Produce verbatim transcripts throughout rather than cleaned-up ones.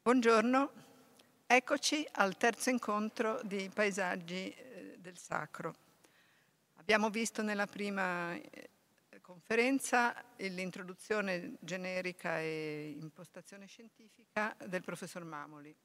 Buongiorno, eccoci al terzo incontro di paesaggi eh, del sacro. Abbiamo visto nella prima eh, conferenza l'introduzione generica e impostazione scientifica del professor Mamoli.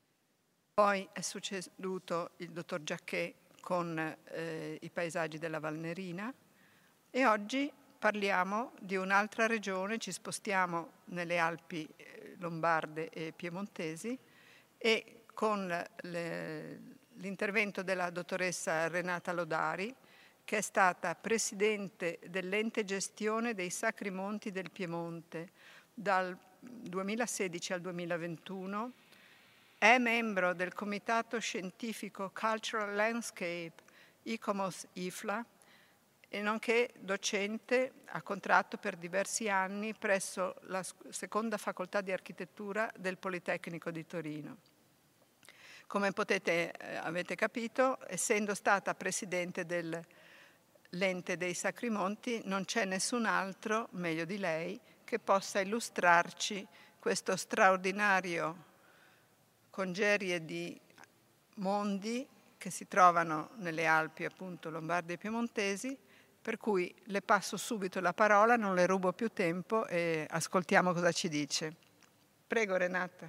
Poi è succeduto il dottor Giacché con eh, i paesaggi della Valnerina e oggi parliamo di un'altra regione, ci spostiamo nelle Alpi eh, lombarde e piemontesi e con le, l'intervento della dottoressa Renata Lodari, che è stata presidente dell'ente gestione dei Sacri Monti del Piemonte dal duemilasedici al duemilaventuno, è membro del comitato scientifico Cultural Landscape ICOMOS I F L A e nonché docente a contratto per diversi anni presso la seconda facoltà di architettura del Politecnico di Torino. Come potete eh, avete capito, essendo stata presidente dell'ente dei Sacri Monti, non c'è nessun altro, meglio di lei, che possa illustrarci questo straordinario congerie di mondi che si trovano nelle Alpi, appunto, lombarde e piemontesi, per cui le passo subito la parola, non le rubo più tempo e ascoltiamo cosa ci dice. Prego, Renata.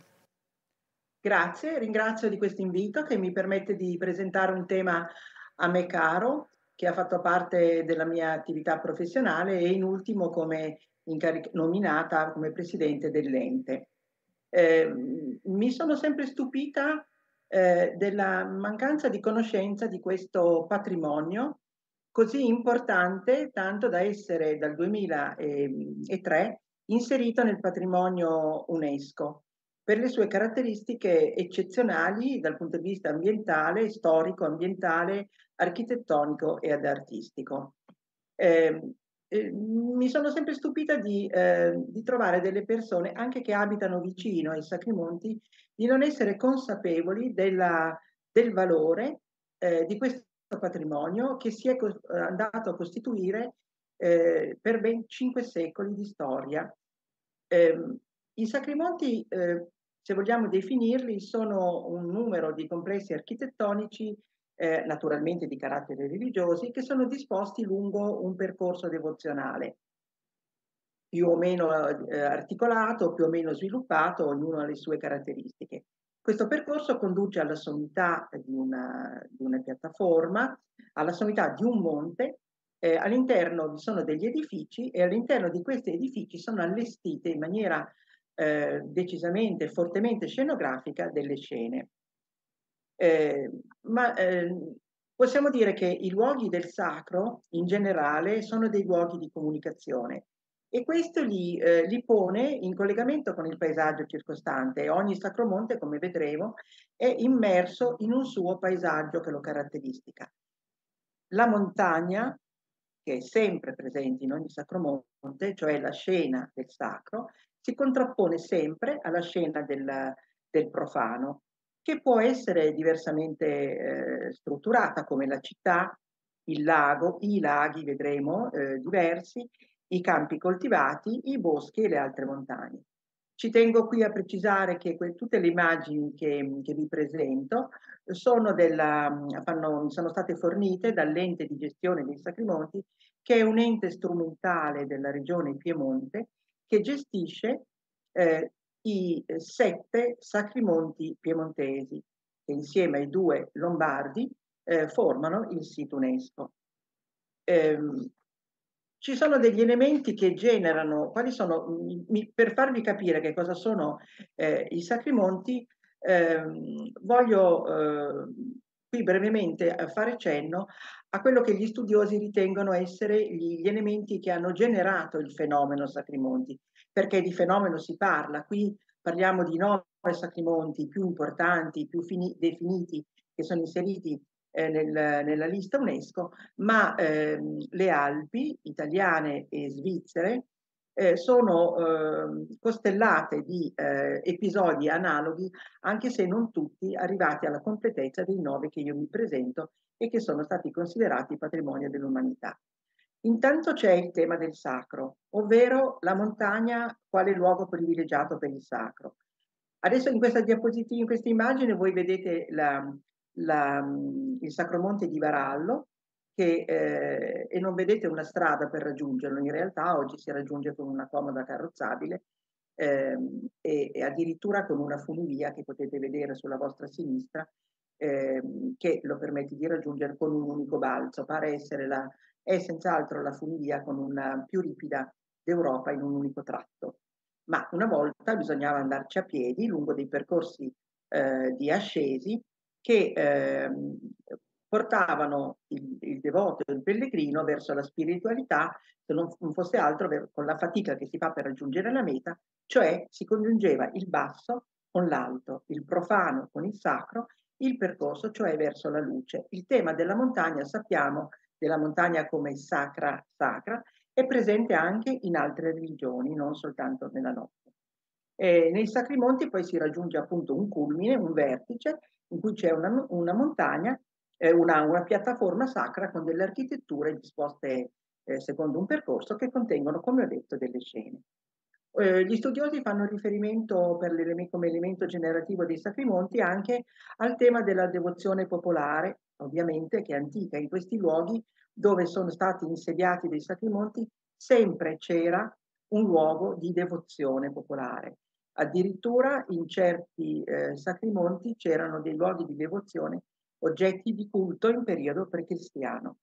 Grazie, ringrazio di questo invito che mi permette di presentare un tema a me caro, che ha fatto parte della mia attività professionale e in ultimo come incaric- nominata come presidente dell'ente. Eh, mi sono sempre stupita eh, della mancanza di conoscenza di questo patrimonio così importante, tanto da essere dal duemilatré inserito nel patrimonio UNESCO per le sue caratteristiche eccezionali dal punto di vista ambientale, storico, ambientale, architettonico ed artistico. Eh, eh, mi sono sempre stupita di, eh, di trovare delle persone, anche che abitano vicino ai Sacri Monti, di non essere consapevoli della, del valore eh, di questo patrimonio che si è co- andato a costituire eh, per ben cinque secoli di storia. Eh, I Sacri Monti, eh, se vogliamo definirli, sono un numero di complessi architettonici, eh, naturalmente di carattere religiosi, che sono disposti lungo un percorso devozionale, più o meno eh, articolato, più o meno sviluppato, ognuno ha le sue caratteristiche. Questo percorso conduce alla sommità di una, di una piattaforma, alla sommità di un monte. Eh, all'interno vi sono degli edifici e all'interno di questi edifici sono allestite in maniera eh, decisamente, fortemente scenografica delle scene. Eh, ma eh, possiamo dire che i luoghi del sacro in generale sono dei luoghi di comunicazione e questo li, eh, li pone in collegamento con il paesaggio circostante. Ogni sacromonte, come vedremo, è immerso in un suo paesaggio che lo caratteristica. La montagna, che è sempre presente in ogni sacromonte, cioè la scena del sacro, si contrappone sempre alla scena del, del profano, che può essere diversamente eh, strutturata, come la città, il lago, i laghi, vedremo, eh, diversi, i campi coltivati, i boschi e le altre montagne. Ci tengo qui a precisare che que- tutte le immagini che, che vi presento sono, della, fanno, sono state fornite dall'ente di gestione dei Sacri Monti, che è un ente strumentale della regione Piemonte, che gestisce eh, i sette Sacri Monti piemontesi, che insieme ai due lombardi eh, formano il sito UNESCO. Ehm, Ci sono degli elementi che generano, quali sono, mi, per farvi capire che cosa sono eh, i Sacri Monti, ehm, voglio eh, qui brevemente fare cenno a quello che gli studiosi ritengono essere gli, gli elementi che hanno generato il fenomeno Sacri Monti, perché di fenomeno si parla, qui parliamo di nove Sacri Monti più importanti, più fini, definiti, che sono inseriti eh, nel, nella lista UNESCO, ma ehm, le Alpi italiane e svizzere eh, sono eh, costellate di eh, episodi analoghi, anche se non tutti arrivati alla completezza dei nove che io mi presento e che sono stati considerati patrimonio dell'umanità. Intanto c'è il tema del sacro, ovvero la montagna quale luogo privilegiato per il sacro. Adesso in questa diapositiva, in questa immagine, voi vedete la, la, il Sacromonte di Varallo, che, eh, e non vedete una strada per raggiungerlo. In realtà oggi si raggiunge con una comoda carrozzabile ehm, e, e addirittura con una funivia che potete vedere sulla vostra sinistra, ehm, che lo permette di raggiungere con un unico balzo. Pare essere la, è senz'altro la funivia con una più ripida d'Europa in un unico tratto. Ma una volta bisognava andarci a piedi lungo dei percorsi eh, di ascesi che ehm, portavano il, il devoto e il pellegrino verso la spiritualità, se non fosse altro ver- con la fatica che si fa per raggiungere la meta, cioè si congiungeva il basso con l'alto, il profano con il sacro, il percorso cioè verso la luce. Il tema della montagna, sappiamo, della montagna come sacra sacra, è presente anche in altre religioni, non soltanto nella nostra. E nei Sacri Monti poi si raggiunge appunto un culmine, un vertice, in cui c'è una, una montagna, eh, una, una, piattaforma sacra con delle architetture disposte eh, secondo un percorso che contengono, come ho detto, delle scene. Eh, gli studiosi fanno riferimento per come elemento generativo dei Sacri Monti anche al tema della devozione popolare, ovviamente che è antica. In questi luoghi dove sono stati insediati dei Sacri Monti sempre c'era un luogo di devozione popolare. Addirittura in certi eh, Sacri Monti c'erano dei luoghi di devozione, oggetti di culto in periodo precristiano.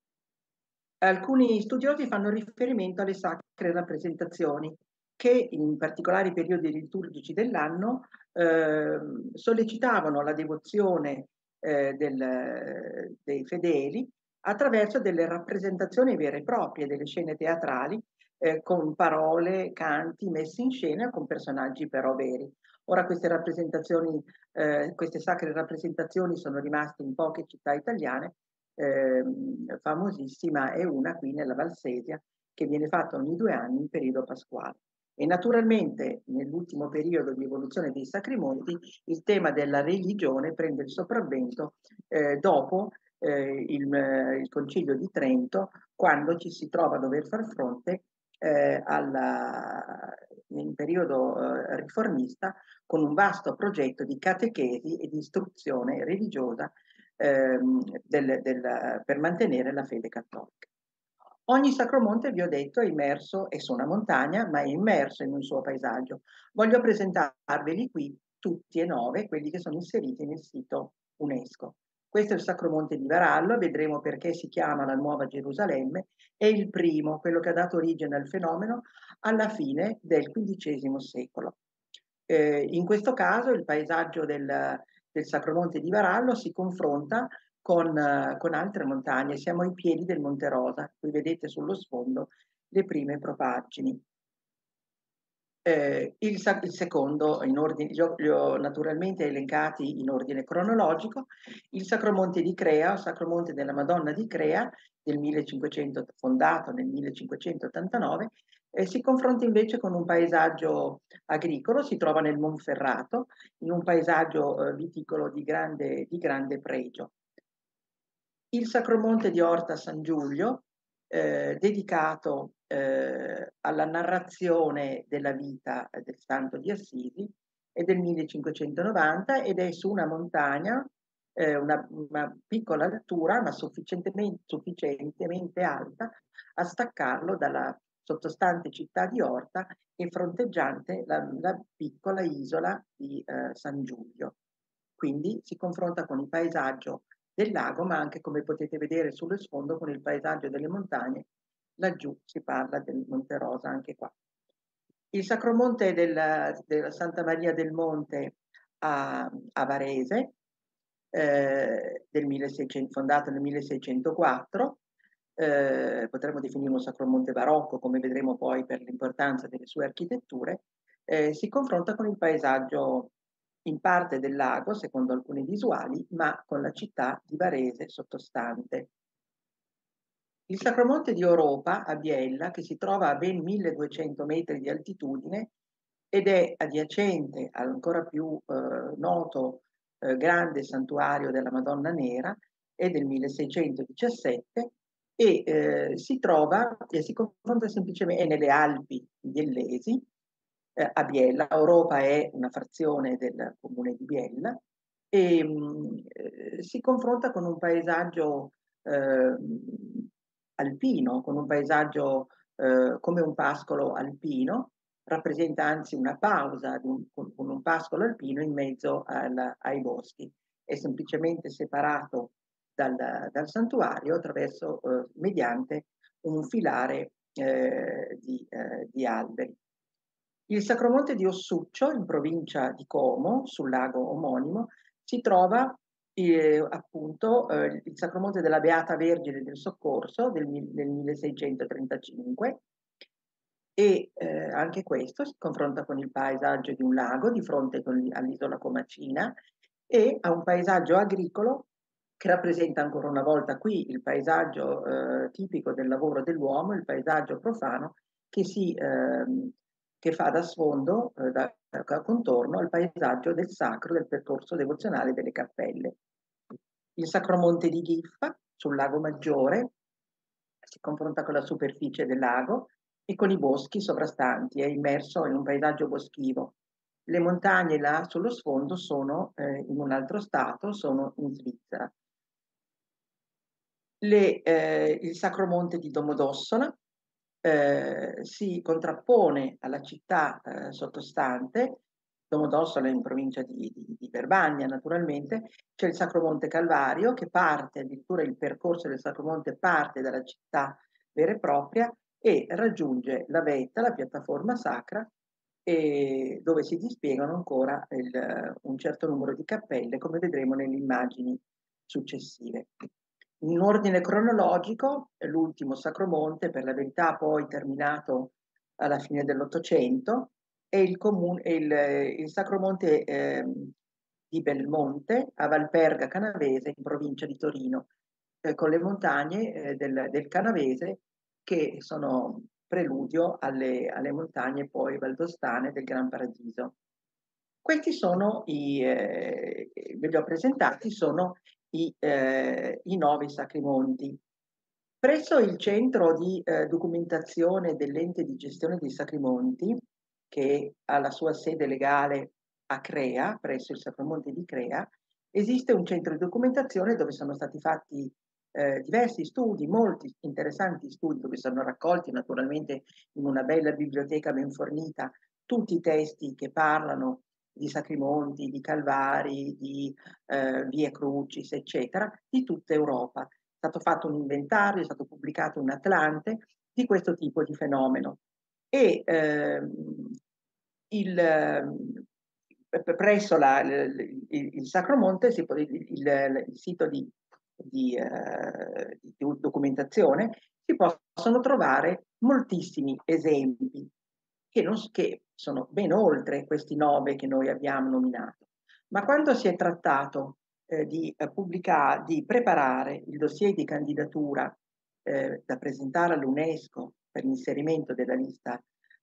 Alcuni studiosi fanno riferimento alle sacre rappresentazioni che in particolari periodi liturgici dell'anno eh, sollecitavano la devozione eh, del, dei fedeli attraverso delle rappresentazioni vere e proprie, delle scene teatrali eh, con parole, canti messi in scena con personaggi però veri. Ora queste rappresentazioni, eh, queste sacre rappresentazioni sono rimaste in poche città italiane. Eh, famosissima è una qui nella Valsesia che viene fatta ogni due anni in periodo pasquale. E naturalmente nell'ultimo periodo di evoluzione dei Sacri Monti il tema della religione prende il sopravvento eh, dopo eh, il, il Concilio di Trento, quando ci si trova a dover far fronte eh, alla, in periodo eh, riformista con un vasto progetto di catechesi e di istruzione religiosa ehm, del, del, per mantenere la fede cattolica. Ogni Sacromonte, vi ho detto, è immerso, è su una montagna, ma è immerso in un suo paesaggio. Voglio presentarveli qui tutti e nove, quelli che sono inseriti nel sito UNESCO. Questo è il Sacromonte di Varallo, vedremo perché si chiama la Nuova Gerusalemme, è il primo, quello che ha dato origine al fenomeno alla fine del quindicesimo secolo. Eh, in questo caso il paesaggio del, del Sacromonte di Varallo si confronta con, uh, con altre montagne. Siamo ai piedi del Monte Rosa, qui vedete sullo sfondo le prime propaggini. Eh, il, il secondo, in ordine, li ho, li ho naturalmente elencati in ordine cronologico, il Sacromonte di Crea, il Sacromonte della Madonna di Crea, del millecinquecento, fondato nel millecinquecentottantanove, eh, si confronta invece con un paesaggio agricolo, si trova nel Monferrato, in un paesaggio eh, viticolo di grande, di grande pregio. Il Sacromonte di Orta San Giulio, eh, dedicato eh, alla narrazione della vita del Santo di Assisi, è del millecinquecentonovanta ed è su una montagna, eh, una, una piccola altura ma sufficientemente, sufficientemente alta a staccarlo dalla sottostante città di Orta e fronteggiante la, la piccola isola di eh, San Giulio. Quindi si confronta con il paesaggio del lago, ma anche, come potete vedere sullo sfondo, con il paesaggio delle montagne. Laggiù si parla del Monte Rosa anche qua. Il Sacromonte della, della Santa Maria del Monte a, a Varese, eh, del milleseicento, fondato nel milleseicentoquattro, eh, potremmo definire un Sacromonte barocco, come vedremo poi per l'importanza delle sue architetture, eh, si confronta con il paesaggio in parte del lago, secondo alcune visuali, ma con la città di Varese sottostante. Il Sacromonte di Oropa a Biella, che si trova a ben milleduecento metri di altitudine ed è adiacente al ancora più eh, noto eh, grande santuario della Madonna Nera, è del milleseicentodiciassette e eh, si trova e si confronta semplicemente è nelle Alpi biellesi eh, a Biella. Oropa è una frazione del comune di Biella e mh, eh, si confronta con un paesaggio eh, alpino, con un paesaggio eh, come un pascolo alpino, rappresenta anzi una pausa di un, con, con un pascolo alpino in mezzo al, ai boschi. È semplicemente separato dal, dal santuario attraverso, eh, mediante un filare eh, di, eh, di alberi. Il Sacromonte di Ossuccio, in provincia di Como, sul lago omonimo, si trova eh, appunto eh, il Sacromonte della Beata Vergine del Soccorso del, del milleseicentotrentacinque e eh, anche questo si confronta con il paesaggio di un lago di fronte all'isola Comacina e a un paesaggio agricolo che rappresenta ancora una volta qui il paesaggio eh, tipico del lavoro dell'uomo, il paesaggio profano che, si, ehm, che fa da sfondo, eh, da, da contorno al paesaggio del sacro, del percorso devozionale delle cappelle. Il Sacromonte di Ghiffa, sul lago Maggiore, si confronta con la superficie del lago e con i boschi sovrastanti, è immerso in un paesaggio boschivo. Le montagne là sullo sfondo sono eh, in un altro stato, sono in Svizzera. Le, eh, il Sacromonte di Domodossola eh, si contrappone alla città eh, sottostante. Domodossola è in provincia di, di, di Verbagna, naturalmente. C'è il Sacromonte Calvario che parte, addirittura il percorso del Sacromonte parte dalla città vera e propria e raggiunge la vetta, la piattaforma sacra, e dove si dispiegano ancora il, un certo numero di cappelle, come vedremo nelle immagini successive. In ordine cronologico, l'ultimo Sacromonte, per la verità poi terminato alla fine dell'Ottocento, è il, comune, è il, il Sacromonte eh, di Belmonte, a Valperga Canavese, in provincia di Torino, eh, con le montagne eh, del, del Canavese che sono preludio alle, alle montagne poi valdostane del Gran Paradiso. Questi sono i, eh, ve li ho presentati, sono i, eh, i nove Sacrimonti. Presso il centro di eh, documentazione dell'ente di gestione dei Sacrimonti, che ha la sua sede legale a Crea, presso il Sacromonte di Crea, esiste un centro di documentazione dove sono stati fatti eh, diversi studi, molti interessanti studi, dove sono raccolti naturalmente in una bella biblioteca ben fornita tutti i testi che parlano di Sacrimonti, di Calvari, di eh, Vie Crucis, eccetera, di tutta Europa. È stato fatto un inventario, è stato pubblicato un Atlante di questo tipo di fenomeno. E ehm, il, eh, presso la, il, il Sacromonte, si può, il, il, il sito di, di, eh, di documentazione, si possono trovare moltissimi esempi che, non, che sono ben oltre questi nove che noi abbiamo nominato. Ma quando si è trattato eh, di eh, pubblicare, di preparare il dossier di candidatura eh, da presentare all'UNESCO per l'inserimento della lista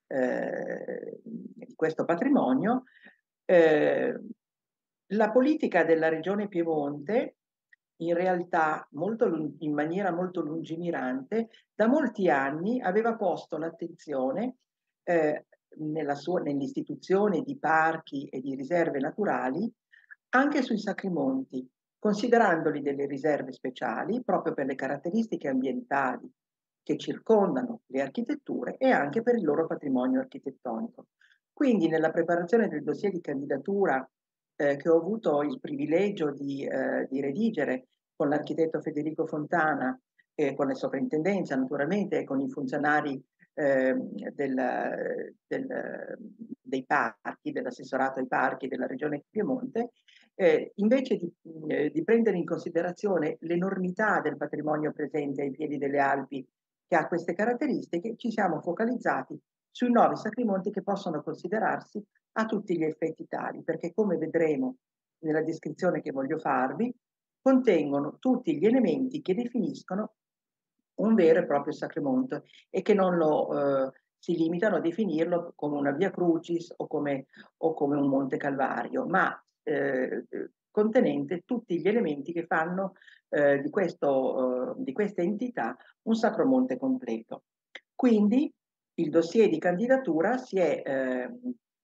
eh, di questo patrimonio, eh, la politica della Regione Piemonte, in realtà molto, in maniera molto lungimirante, da molti anni aveva posto l'attenzione eh, nella sua, nell'istituzione di parchi e di riserve naturali anche sui Sacrimonti, considerandoli delle riserve speciali proprio per le caratteristiche ambientali che circondano le architetture e anche per il loro patrimonio architettonico. Quindi nella preparazione del dossier di candidatura eh, che ho avuto il privilegio di, eh, di redigere con l'architetto Federico Fontana, eh, con le soprintendenze naturalmente e con i funzionari eh, del, del, dei parchi, dell'assessorato ai parchi della Regione Piemonte, eh, invece di, eh, di prendere in considerazione l'enormità del patrimonio presente ai piedi delle Alpi che ha queste caratteristiche, ci siamo focalizzati sui nove Sacrimonti che possono considerarsi a tutti gli effetti tali, perché come vedremo nella descrizione che voglio farvi, contengono tutti gli elementi che definiscono un vero e proprio Sacrimonte e che non lo eh, si limitano a definirlo come una Via Crucis o come, o come un Monte Calvario, ma eh, contenente tutti gli elementi che fanno eh, di, questo, eh, di questa entità un Sacromonte completo. Quindi il dossier di candidatura si è, eh,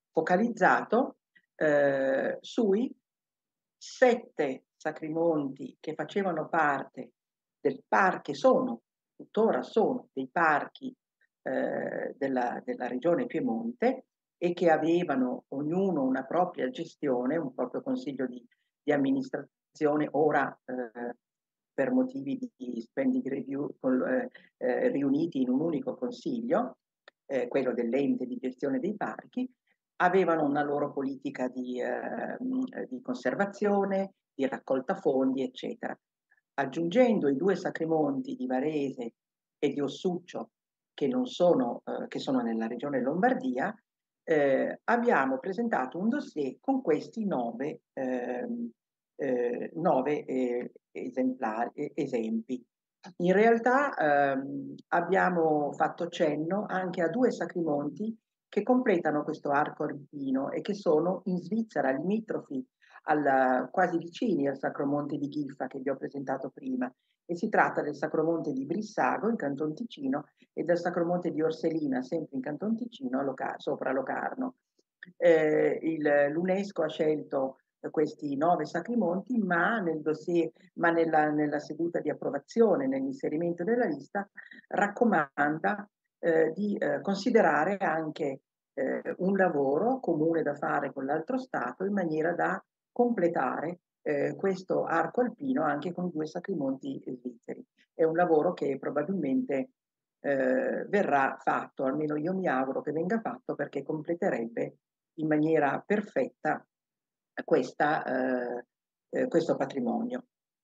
focalizzato eh, sui sette sacrimonti che facevano parte del parco, sono, tuttora sono, dei parchi eh, della, della regione Piemonte e che avevano ognuno una propria gestione, un proprio consiglio di, di amministrazione, ora eh, per motivi di spending review col, eh, eh, riuniti in un unico consiglio, eh, quello dell'ente di gestione dei parchi, avevano una loro politica di, eh, di conservazione, di raccolta fondi, eccetera. Aggiungendo i due sacrimonti di Varese e di Ossuccio, che, non sono, eh, che sono nella regione Lombardia, eh, abbiamo presentato un dossier con questi nove, eh, eh, nove eh, esemplari, eh, esempi. In realtà ehm, abbiamo fatto cenno anche a due sacrimonti che completano questo arco alpino e che sono in Svizzera, limitrofi, al, quasi vicini al Sacromonte di Ghiffa che vi ho presentato prima. E si tratta del Sacromonte di Brissago in Canton Ticino e del Sacromonte di Orselina, sempre in Canton Ticino, Loca- sopra Locarno. Eh, il, L'UNESCO ha scelto questi nove sacrimonti, ma, nel dossier, ma nella, nella seduta di approvazione, nell'inserimento della lista, raccomanda eh, di eh, considerare anche eh, un lavoro comune da fare con l'altro Stato in maniera da completare eh, questo arco alpino anche con due sacrimonti svizzeri. È un lavoro che probabilmente eh, verrà fatto, almeno io mi auguro che venga fatto, perché completerebbe in maniera perfetta questa, eh, eh, questo patrimonio.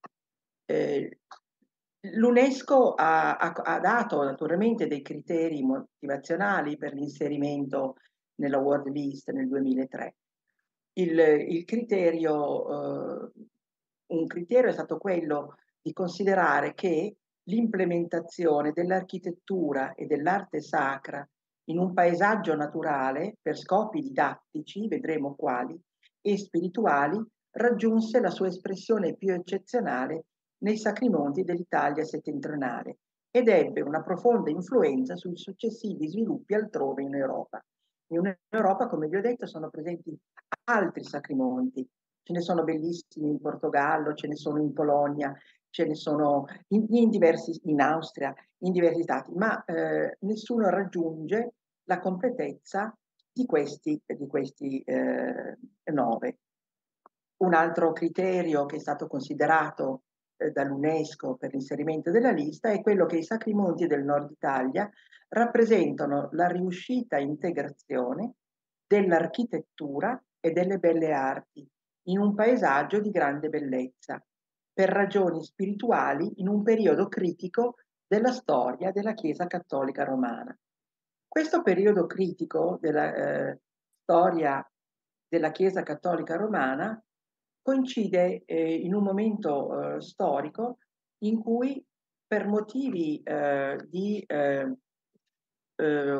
Eh, L'UNESCO ha, ha, ha dato naturalmente dei criteri motivazionali per l'inserimento nella World List nel duemilatré. Il, il criterio, eh, un criterio è stato quello di considerare che l'implementazione dell'architettura e dell'arte sacra in un paesaggio naturale per scopi didattici, vedremo quali, e spirituali, raggiunse la sua espressione più eccezionale nei sacrimonti dell'Italia settentrionale ed ebbe una profonda influenza sui successivi sviluppi altrove in Europa. In Europa, come vi ho detto, sono presenti altri sacrimonti, ce ne sono bellissimi in Portogallo, ce ne sono in Polonia, ce ne sono in, in diversi, in Austria, in diversi stati, ma eh, nessuno raggiunge la completezza di questi, di questi eh, nove. Un altro criterio che è stato considerato eh, dall'UNESCO per l'inserimento della lista è quello che i sacrimonti del nord Italia rappresentano la riuscita integrazione dell'architettura e delle belle arti in un paesaggio di grande bellezza, per ragioni spirituali in un periodo critico della storia della Chiesa Cattolica Romana. Questo periodo critico della eh, storia della Chiesa Cattolica Romana coincide eh, in un momento eh, storico in cui per motivi eh, di eh, eh,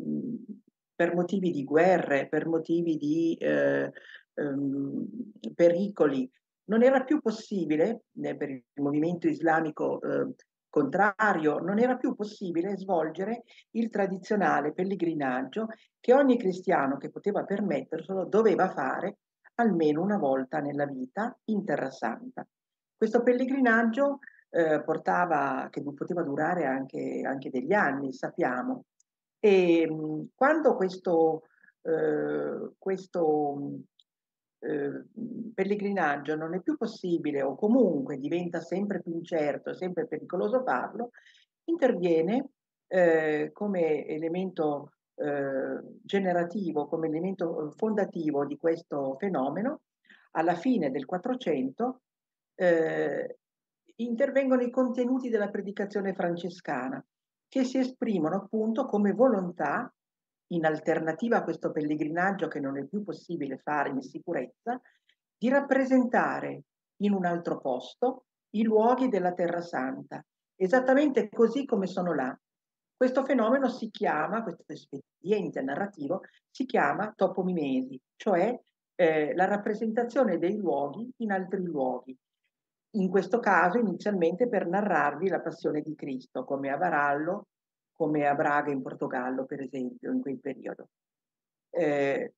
per motivi di guerre, per motivi di eh, ehm, pericoli, non era più possibile, eh, per il movimento islamico eh, contrario, non era più possibile svolgere il tradizionale pellegrinaggio che ogni cristiano che poteva permetterselo doveva fare almeno una volta nella vita in Terra Santa. Questo pellegrinaggio eh, portava, che poteva durare anche, anche degli anni, sappiamo. E mh, quando questo, eh, questo eh, pellegrinaggio non è più possibile o comunque diventa sempre più incerto, sempre pericoloso farlo, interviene eh, come elemento eh, generativo, come elemento fondativo di questo fenomeno, alla fine del quattrocento, eh, intervengono i contenuti della predicazione francescana, che si esprimono appunto come volontà, in alternativa a questo pellegrinaggio che non è più possibile fare in sicurezza, di rappresentare in un altro posto i luoghi della Terra Santa, esattamente così come sono là. Questo fenomeno si chiama, questo espediente narrativo, si chiama topomimesi, cioè eh, la rappresentazione dei luoghi in altri luoghi. In questo caso inizialmente per narrarvi la passione di Cristo, come a Varallo, come a Braga in Portogallo, per esempio, in quel periodo. Eh,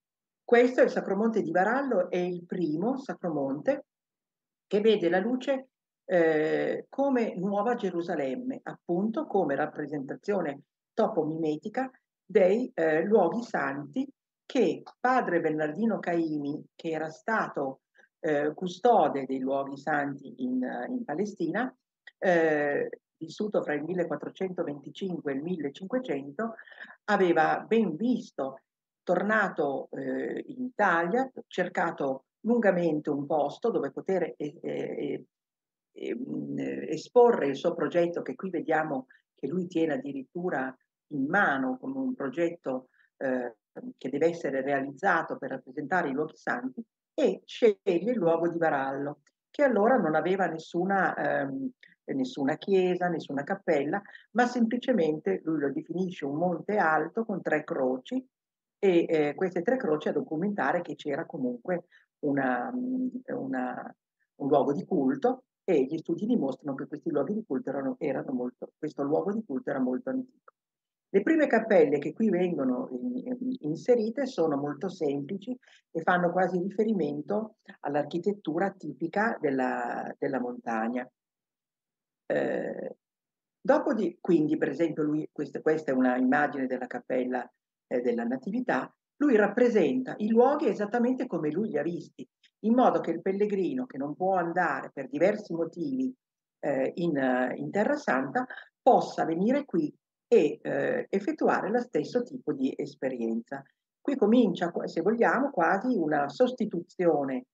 Questo è il Sacromonte di Varallo, è il primo Sacromonte che vede la luce eh, come Nuova Gerusalemme, appunto come rappresentazione topomimetica dei eh, luoghi santi che padre Bernardino Caimi, che era stato eh, custode dei luoghi santi in, in Palestina, eh, vissuto fra il millequattrocentoventicinque e il millecinquecento, aveva ben visto, tornato eh, in Italia, cercato lungamente un posto dove poter eh, eh, eh, esporre il suo progetto, che qui vediamo che lui tiene addirittura in mano come un progetto eh, che deve essere realizzato per rappresentare i luoghi santi, e sceglie il luogo di Varallo, che allora non aveva nessuna, ehm, nessuna chiesa, nessuna cappella, ma semplicemente lui lo definisce un monte alto con tre croci, e eh, queste tre croci a documentare che c'era comunque una, una, un luogo di culto, e gli studi dimostrano che questi luoghi di culto erano, erano molto, questo luogo di culto era molto antico. Le prime cappelle che qui vengono inserite sono molto semplici e fanno quasi riferimento all'architettura tipica della, della montagna. Eh, dopo di, quindi, per esempio, lui, questa, questa è una immagine della cappella eh, della Natività, lui rappresenta i luoghi esattamente come lui li ha visti, in modo che il pellegrino che non può andare per diversi motivi eh, in, in Terra Santa possa venire qui e eh, effettuare lo stesso tipo di esperienza. Qui comincia, se vogliamo, quasi una sostituzione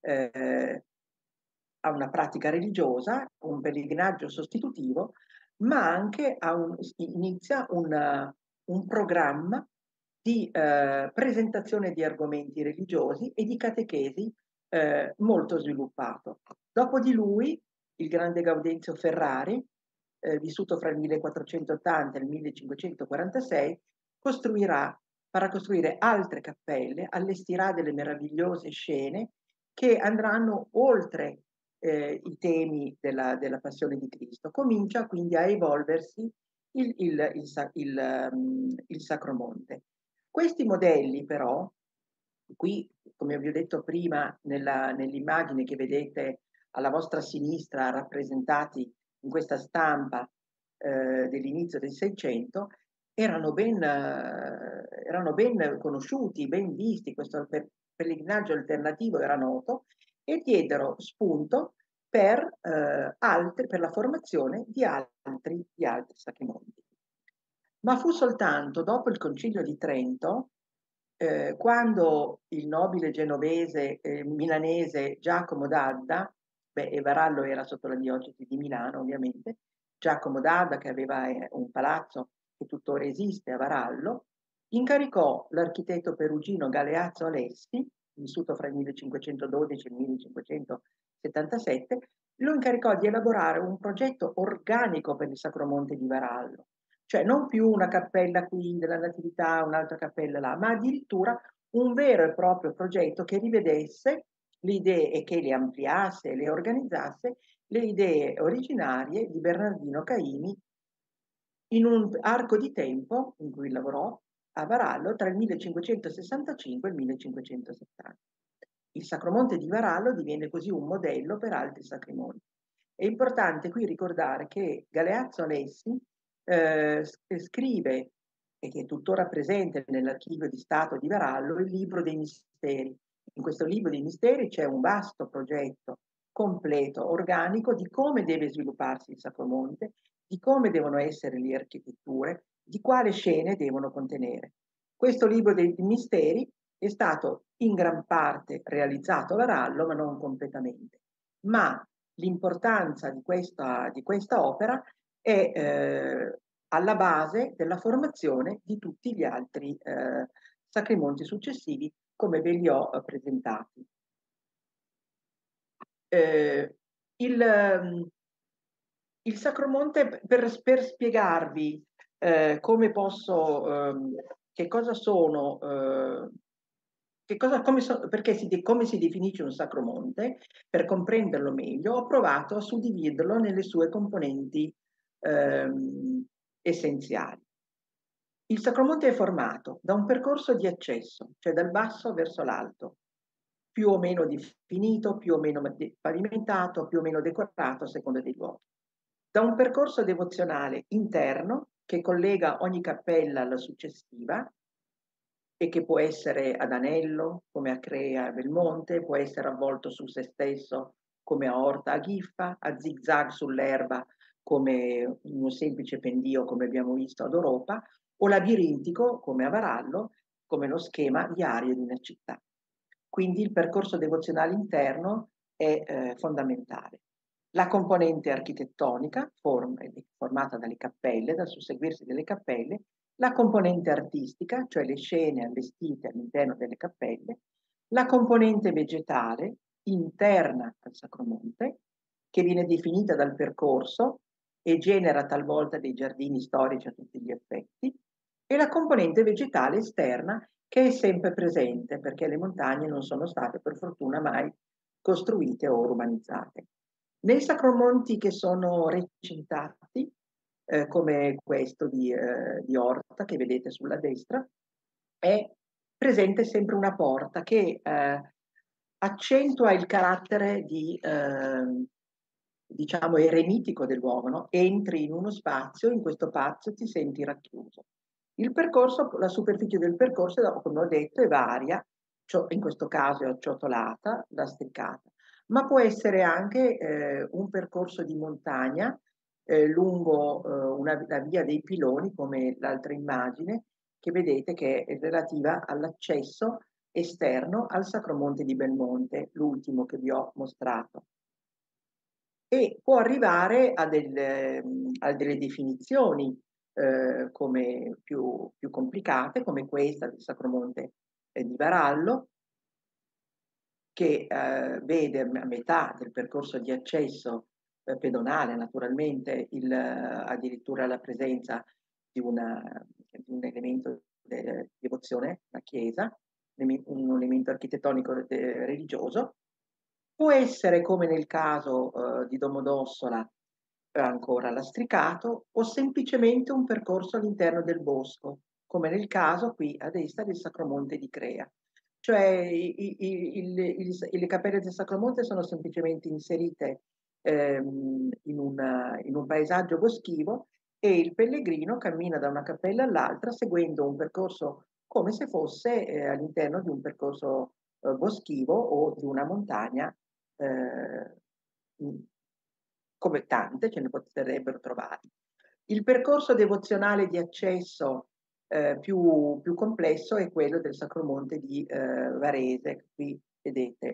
eh, a una pratica religiosa, un pellegrinaggio sostitutivo, ma anche a un, inizia un, un programma di eh, presentazione di argomenti religiosi e di catechesi eh, molto sviluppato. Dopo di lui, il grande Gaudenzio Ferrari, eh, vissuto fra il millequattrocentottanta e il millecinquecentoquarantasei, costruirà, farà costruire altre cappelle, allestirà delle meravigliose scene che andranno oltre eh, i temi della, della passione di Cristo. Comincia quindi a evolversi il, il, il, il, um, il Sacromonte. Questi modelli però, qui come vi ho detto prima nella, nell'immagine che vedete alla vostra sinistra rappresentati in questa stampa eh, dell'inizio del Seicento, erano ben, eh, erano ben conosciuti, ben visti, questo pellegrinaggio alternativo era noto, e diedero spunto per, eh, altri, per la formazione di altri, di altri sacramonti. Ma fu soltanto dopo il Concilio di Trento, eh, quando il nobile genovese eh, milanese Giacomo d'Adda, beh, e Varallo era sotto la diocesi di Milano ovviamente, Giacomo d'Adda, che aveva eh, un palazzo che tuttora esiste a Varallo, incaricò l'architetto perugino Galeazzo Alessi, vissuto fra il millecinquecentododici e il millecinquecentosettantasette, lo incaricò di elaborare un progetto organico per il Sacromonte di Varallo, cioè non più una cappella qui della Natività, un'altra cappella là, ma addirittura un vero e proprio progetto che rivedesse le idee e che le ampliasse e le organizzasse le idee originarie di Bernardino Caimi in un arco di tempo in cui lavorò a Varallo tra il millecinquecentosessantacinque e il millecinquecentosettanta. Il Sacromonte di Varallo diviene così un modello per altri sacromonti. È importante qui ricordare che Galeazzo Alessi eh, scrive, e che è tuttora presente nell'archivio di Stato di Varallo, il libro dei misteri. In questo libro dei misteri c'è un vasto progetto completo, organico, di come deve svilupparsi il Sacromonte, di come devono essere le architetture, di quale scene devono contenere. Questo libro dei misteri è stato in gran parte realizzato a Varallo, ma non completamente. Ma l'importanza di questa, di questa opera è eh, alla base della formazione di tutti gli altri eh, sacrimonti successivi, come ve li ho eh, presentati. Eh, il, il Sacromonte, per, per spiegarvi eh, come posso, eh, che cosa sono, eh, che cosa, come so, perché si, come si definisce un Sacromonte, per comprenderlo meglio, ho provato a suddividerlo nelle sue componenti ehm, essenziali. Il Sacromonte è formato da un percorso di accesso, cioè dal basso verso l'alto, più o meno definito, più o meno pavimentato, più o meno decorato a seconda dei luoghi. Da un percorso devozionale interno che collega ogni cappella alla successiva e che può essere ad anello, come a Crea a Belmonte, può essere avvolto su se stesso, come a Orta a Ghiffa, a zigzag sull'erba, come un semplice pendio, come abbiamo visto ad Oropa, o labirintico, come a Varallo, come lo schema viario di una città. Quindi il percorso devozionale interno è eh, fondamentale. La componente architettonica, form- formata dalle cappelle, dal susseguirsi delle cappelle, la componente artistica, cioè le scene allestite all'interno delle cappelle, la componente vegetale interna al Sacromonte, che viene definita dal percorso e genera talvolta dei giardini storici a tutti gli effetti, e la componente vegetale esterna che è sempre presente perché le montagne non sono state per fortuna mai costruite o urbanizzate. Nei sacromonti che sono recintati, eh, come questo di, eh, di Orta che vedete sulla destra, è presente sempre una porta che eh, accentua il carattere di, eh, diciamo, eremitico del luogo, no? Entri in uno spazio, in questo spazio ti senti racchiuso. Il percorso, la superficie del percorso, come ho detto, è varia, cioè in questo caso è acciottolata, lastricata, ma può essere anche eh, un percorso di montagna eh, lungo eh, una, la via dei piloni, come l'altra immagine, che vedete che è relativa all'accesso esterno al Sacromonte di Belmonte, l'ultimo che vi ho mostrato. E può arrivare a, del, a delle definizioni eh, come più, più complicate, come questa del Sacromonte eh, di Varallo, che eh, vede a metà del percorso di accesso eh, pedonale, naturalmente, il, addirittura la presenza di, una, di un elemento di devozione, la chiesa, un elemento architettonico eh, religioso. Può essere, come nel caso eh, di Domodossola, ancora lastricato, o semplicemente un percorso all'interno del bosco, come nel caso qui a destra del Sacromonte di Crea. Cioè i, i, il, il, le cappelle del Sacromonte sono semplicemente inserite ehm, in, una, in un paesaggio boschivo e il pellegrino cammina da una cappella all'altra seguendo un percorso come se fosse eh, all'interno di un percorso eh, boschivo o di una montagna, eh, come tante ce ne potrebbero trovare. Il percorso devozionale di accesso eh, più, più complesso è quello del Sacromonte di eh, Varese, qui vedete.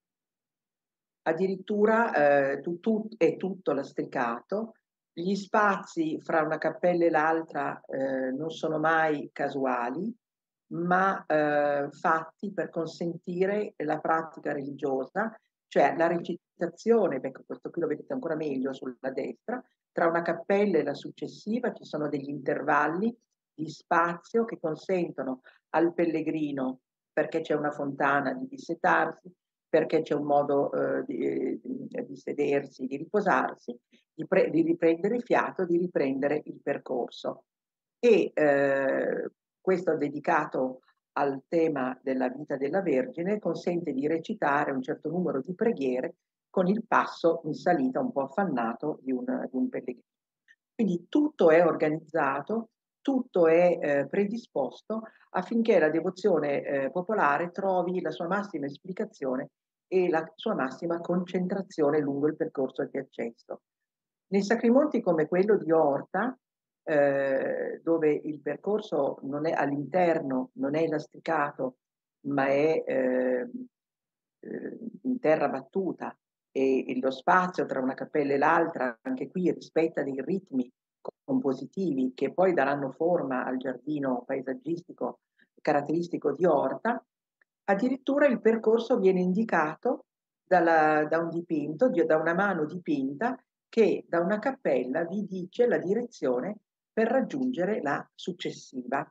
Addirittura eh, tu, tu, è tutto lastricato, gli spazi fra una cappella e l'altra eh, non sono mai casuali, ma eh, fatti per consentire la pratica religiosa, cioè la recitazione, ecco questo qui lo vedete ancora meglio sulla destra, tra una cappella e la successiva ci sono degli intervalli di spazio che consentono al pellegrino, perché c'è una fontana, di dissetarsi, perché c'è un modo eh, di, di sedersi, di riposarsi, di, pre- di riprendere fiato, di riprendere il percorso. E eh, questo dedicato al tema della vita della Vergine consente di recitare un certo numero di preghiere con il passo in salita un po' affannato di un, di un pellegrino. Quindi tutto è organizzato, tutto è eh, predisposto affinché la devozione eh, popolare trovi la sua massima esplicazione e la sua massima concentrazione lungo il percorso di accesso. Nei sacrimonti come quello di Orta, eh, dove il percorso non è all'interno, non è lastricato, ma è eh, eh, in terra battuta e, e lo spazio tra una cappella e l'altra, anche qui rispetta dei ritmi compositivi che poi daranno forma al giardino paesaggistico caratteristico di Orta, addirittura il percorso viene indicato dalla, da un dipinto, da una mano dipinta che da una cappella vi dice la direzione per raggiungere la successiva.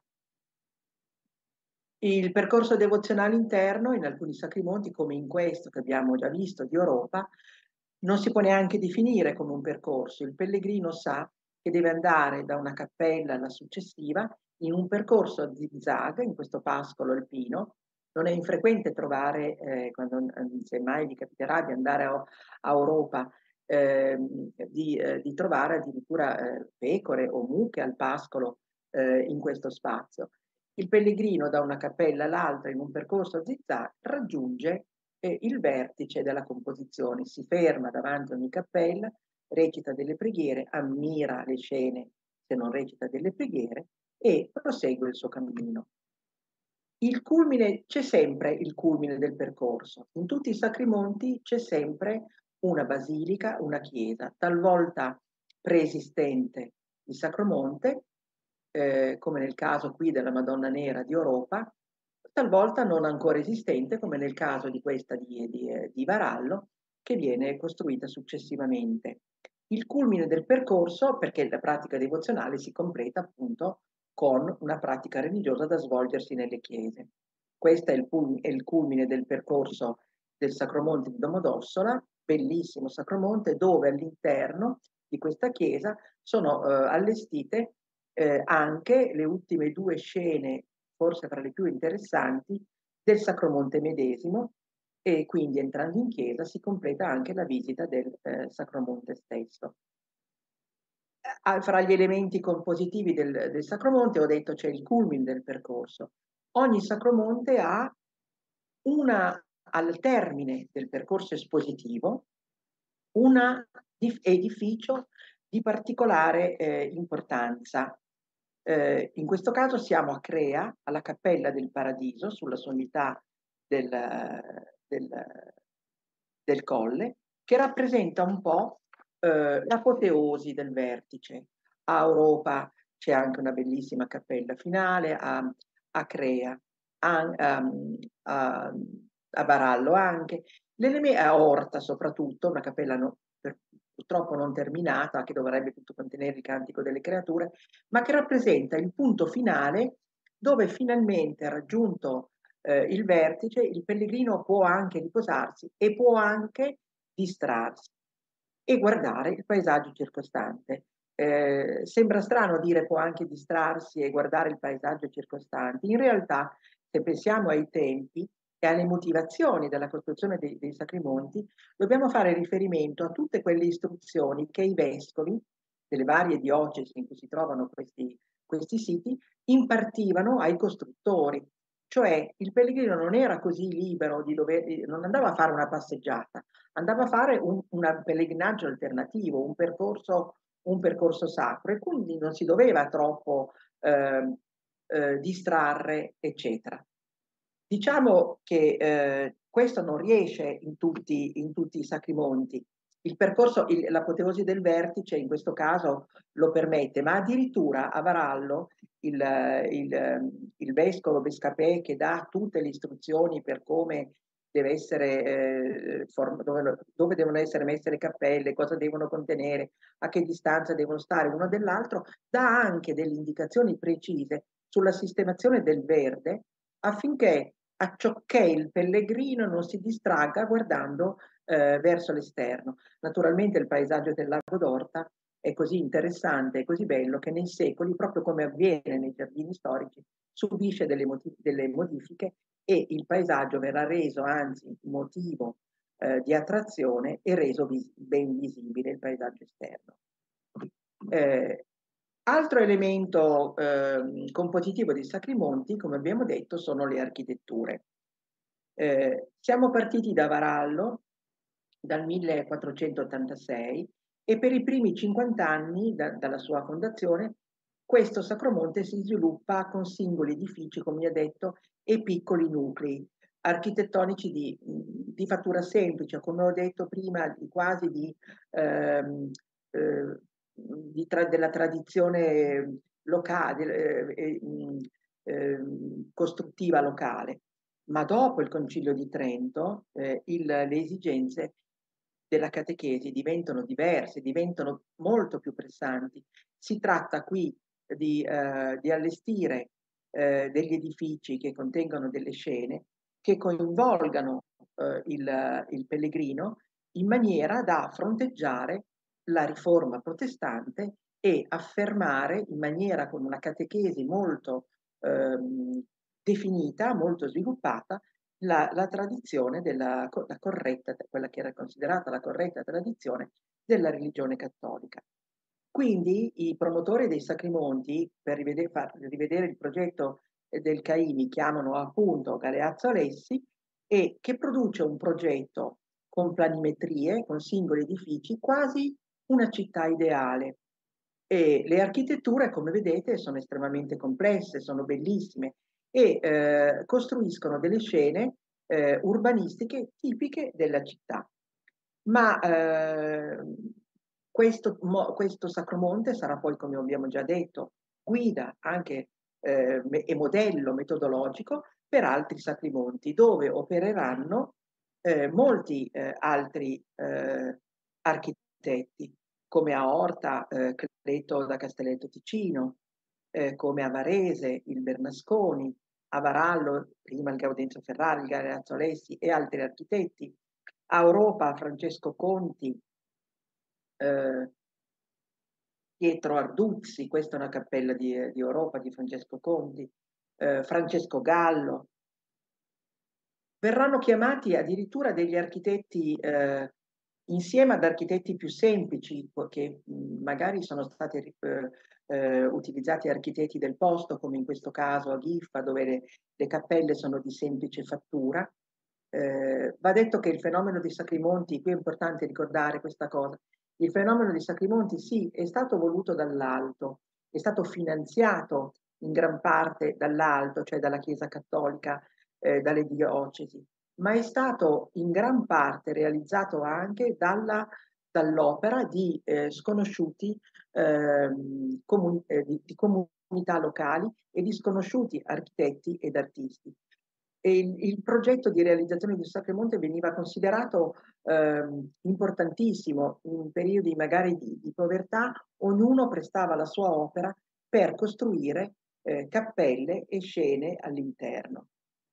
Il percorso devozionale interno in alcuni sacrimonti, come in questo che abbiamo già visto di Europa, non si può neanche definire come un percorso. Il pellegrino sa che deve andare da una cappella alla successiva in un percorso a zigzag, in questo pascolo alpino. Non è infrequente trovare, eh, quando eh, se mai vi capiterà di andare a, a Europa, eh, di, eh, di trovare addirittura eh, pecore o mucche al pascolo eh, in questo spazio. Il pellegrino da una cappella all'altra in un percorso a zigzag raggiunge eh, il vertice della composizione, si ferma davanti a ogni cappella, recita delle preghiere, ammira le scene se non recita delle preghiere e prosegue il suo cammino. Il culmine, c'è sempre il culmine del percorso. In tutti i Sacri Monti c'è sempre una basilica, una chiesa, talvolta preesistente di Sacromonte, eh, come nel caso qui della Madonna Nera di Oropa, talvolta non ancora esistente, come nel caso di questa di, di, di Varallo, che viene costruita successivamente. Il culmine del percorso, perché la pratica devozionale si completa appunto con una pratica religiosa da svolgersi nelle chiese. Questo è il, è il culmine del percorso del Sacromonte di Domodossola, bellissimo Sacromonte, dove all'interno di questa chiesa sono eh, allestite eh, anche le ultime due scene, forse tra le più interessanti, del Sacromonte medesimo, e quindi entrando in chiesa si completa anche la visita del eh, Sacromonte stesso. Fra gli elementi compositivi del, del Sacromonte ho detto c'è il culmine del percorso. Ogni Sacromonte ha una, al termine del percorso espositivo, un edificio di particolare eh, importanza. Eh, in questo caso siamo a Crea, alla Cappella del Paradiso, sulla sommità del, del, del colle, che rappresenta un po' eh, l'apoteosi del vertice. A Europa c'è anche una bellissima cappella finale, a, a Crea, a, a, a, a Varallo anche, a Orta soprattutto, una cappella no, per, purtroppo non terminata, che dovrebbe tutto contenere il Cantico delle Creature, ma che rappresenta il punto finale dove finalmente raggiunto eh, il vertice, il pellegrino può anche riposarsi e può anche distrarsi e guardare il paesaggio circostante. Eh, sembra strano dire può anche distrarsi e guardare il paesaggio circostante. In realtà, se pensiamo ai tempi e alle motivazioni della costruzione dei, dei Sacri Monti, dobbiamo fare riferimento a tutte quelle istruzioni che i vescovi delle varie diocesi in cui si trovano questi, questi siti impartivano ai costruttori. Cioè il pellegrino non era così libero di dover, non andava a fare una passeggiata, andava a fare un, un pellegrinaggio alternativo, un percorso, un percorso sacro e quindi non si doveva troppo eh, eh, distrarre, eccetera. Diciamo che eh, questo non riesce in tutti, in tutti i Sacri Monti. Il percorso, il, l'apoteosi del vertice in questo caso lo permette, ma addirittura a Varallo il, il, il vescovo Bescapè che dà tutte le istruzioni per come deve essere, eh, form- dove, dove devono essere messe le cappelle, cosa devono contenere, a che distanza devono stare uno dall'altro, dà anche delle indicazioni precise sulla sistemazione del verde affinché acciocché il pellegrino non si distragga guardando eh, verso l'esterno. Naturalmente il paesaggio del lago d'Orta è così interessante e così bello che nei secoli, proprio come avviene nei giardini storici, subisce delle, delle modifiche e il paesaggio verrà reso anzi motivo eh, di attrazione e reso vis- ben visibile il paesaggio esterno. Eh, altro elemento eh, compositivo di Sacri Monti, come abbiamo detto, sono le architetture. Eh, siamo partiti da Varallo dal millequattrocentottantasei e per i primi cinquanta anni da, dalla sua fondazione questo Sacromonte si sviluppa con singoli edifici, come vi ho detto, e piccoli nuclei architettonici di, di fattura semplice, come ho detto prima, di, quasi di, ehm, eh, di tra, della tradizione locale, eh, eh, costruttiva locale. Ma dopo il Concilio di Trento eh, il, le esigenze della catechesi diventano diverse, diventano molto più pressanti. Si tratta qui di, eh, di allestire eh, degli edifici che contengono delle scene che coinvolgano eh, il, il pellegrino in maniera da fronteggiare la riforma protestante e affermare in maniera con una catechesi molto ehm, definita, molto sviluppata, la, la tradizione della la corretta, quella che era considerata la corretta tradizione della religione cattolica. Quindi i promotori dei Sacri Monti, per rivedere, far rivedere il progetto del Caimi, chiamano appunto Galeazzo Alessi, e che produce un progetto con planimetrie, con singoli edifici, quasi una città ideale. E le architetture, come vedete, sono estremamente complesse, sono bellissime e eh, costruiscono delle scene eh, urbanistiche tipiche della città. Ma eh, questo, mo, questo Sacromonte sarà poi, come abbiamo già detto, guida anche eh, e modello metodologico per altri Sacrimonti, dove opereranno eh, molti eh, altri eh, architetti, come a Orta, eh, Cleto da Castelletto Ticino, eh, come a Varese, il Bernasconi, a Varallo, prima il Gaudenzo Ferrari, il Galeazzo Alessi e altri architetti, a Europa Francesco Conti, eh, Pietro Arduzzi, questa è una cappella di, di Europa di Francesco Conti, eh, Francesco Gallo. Verranno chiamati addirittura degli architetti eh, insieme ad architetti più semplici, che mh, magari sono stati eh, eh, utilizzati architetti del posto, come in questo caso a Ghiffa, dove le, le cappelle sono di semplice fattura. Eh, va detto che il fenomeno dei Sacrimonti, qui è importante ricordare questa cosa, il fenomeno dei Sacrimonti sì, è stato voluto dall'alto, è stato finanziato in gran parte dall'alto, cioè dalla Chiesa Cattolica, eh, dalle diocesi, ma è stato in gran parte realizzato anche dalla, dall'opera di eh, sconosciuti eh, comuni, eh, di, di comunità locali e di sconosciuti architetti ed artisti. E il, il progetto di realizzazione di Sacremonte veniva considerato eh, importantissimo in periodi magari di, di povertà, ognuno prestava la sua opera per costruire eh, cappelle e scene all'interno.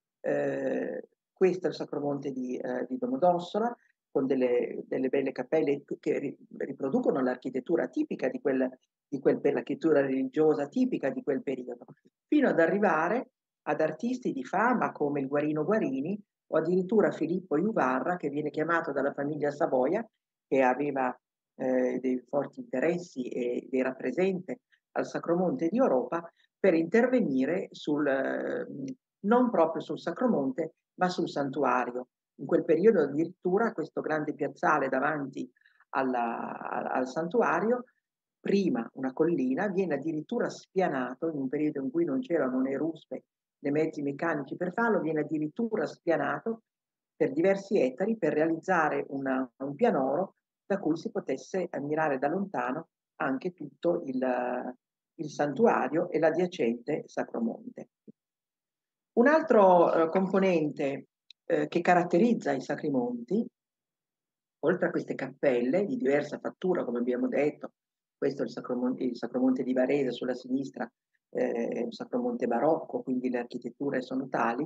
Eh, questo è il Sacromonte di, eh, di Domodossola, con delle, delle belle cappelle che ri, riproducono l'architettura tipica di quel, di quel, l'architettura religiosa tipica di quel periodo, fino ad arrivare ad artisti di fama come il Guarino Guarini o addirittura Filippo Juvarra, che viene chiamato dalla famiglia Savoia, che aveva eh, dei forti interessi ed era presente al Sacromonte di Europa, per intervenire sul, eh, non proprio sul Sacromonte, ma sul santuario. In quel periodo addirittura questo grande piazzale davanti alla, al santuario, prima una collina, viene addirittura spianato in un periodo in cui non c'erano né ruspe né mezzi meccanici per farlo, viene addirittura spianato per diversi ettari per realizzare una, un pianoro da cui si potesse ammirare da lontano anche tutto il, il santuario e l'adiacente Sacromonte. Un altro eh, componente eh, che caratterizza i Sacrimonti, oltre a queste cappelle di diversa fattura, come abbiamo detto, questo è il Sacromonte, il Sacromonte di Varese sulla sinistra, eh, è un Sacromonte barocco, quindi le architetture sono tali,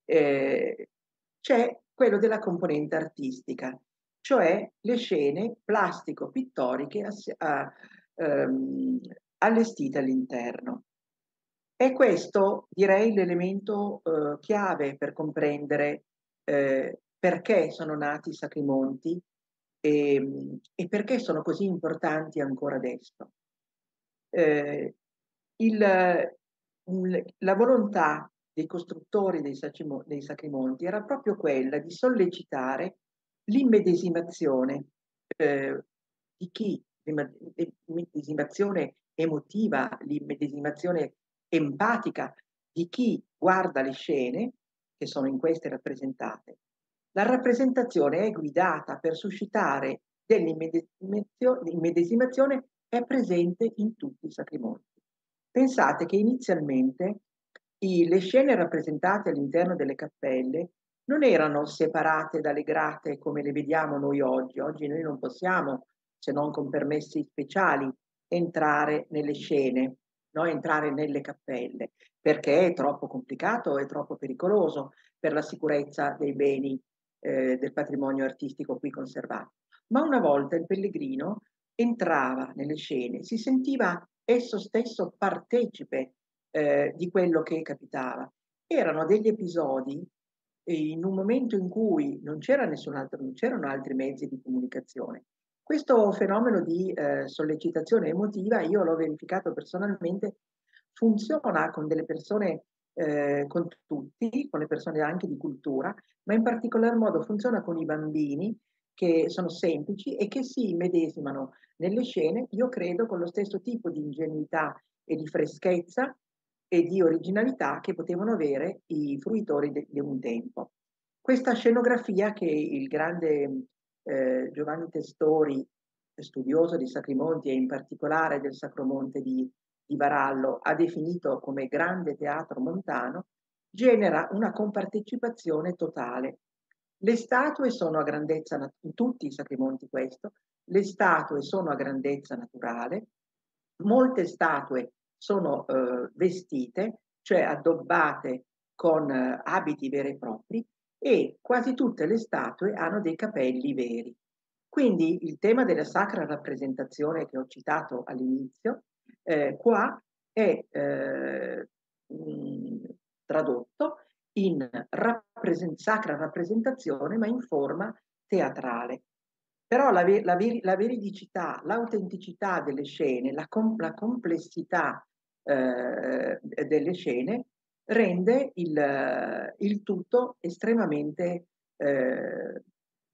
eh, c'è quello della componente artistica, cioè le scene plastico-pittoriche a, ehm, allestite all'interno. E questo direi l'elemento eh, chiave per comprendere eh, perché sono nati i Sacrimonti e, e perché sono così importanti ancora adesso. Eh, il, il, la volontà dei costruttori dei, sacimo, dei Sacrimonti era proprio quella di sollecitare l'immedesimazione eh, di chi, l'immedesimazione emotiva, l'immedesimazione empatica di chi guarda le scene che sono in queste rappresentate. La rappresentazione è guidata per suscitare dell'immedesimazione, è presente in tutti i Sacrimonti. Pensate che inizialmente i, le scene rappresentate all'interno delle cappelle non erano separate dalle grate come le vediamo noi oggi. Oggi noi non possiamo, se non con permessi speciali, entrare nelle scene, no? Entrare nelle cappelle, perché è troppo complicato, è troppo pericoloso per la sicurezza dei beni eh, del patrimonio artistico qui conservato. Ma una volta il pellegrino entrava nelle scene, si sentiva esso stesso partecipe eh, di quello che capitava. Erano degli episodi eh, in un momento in cui non c'era nessun altro, non c'erano altri mezzi di comunicazione. Questo fenomeno di eh, sollecitazione emotiva, io l'ho verificato personalmente, funziona con delle persone, eh, con tutti, con le persone anche di cultura, ma in particolar modo funziona con i bambini che sono semplici e che si immedesimano nelle scene, io credo, con lo stesso tipo di ingenuità e di freschezza e di originalità che potevano avere i fruitori di un tempo. Questa scenografia che il grande eh, Giovanni Testori, studioso di Sacrimonti e in particolare del Sacromonte di, di Varallo, ha definito come grande teatro montano, genera una compartecipazione totale. Le statue sono a grandezza, in tutti i Sacrimonti questo, le statue sono a grandezza naturale, molte statue sono eh, vestite, cioè addobbate con eh, abiti veri e propri, e quasi tutte le statue hanno dei capelli veri. Quindi il tema della sacra rappresentazione che ho citato all'inizio, eh, qua è eh, mh, tradotto in rappresent- sacra rappresentazione, ma in forma teatrale. Però la, ver- la, ver- la veridicità, l'autenticità delle scene, la, com- la complessità eh, delle scene rende il, il tutto estremamente eh,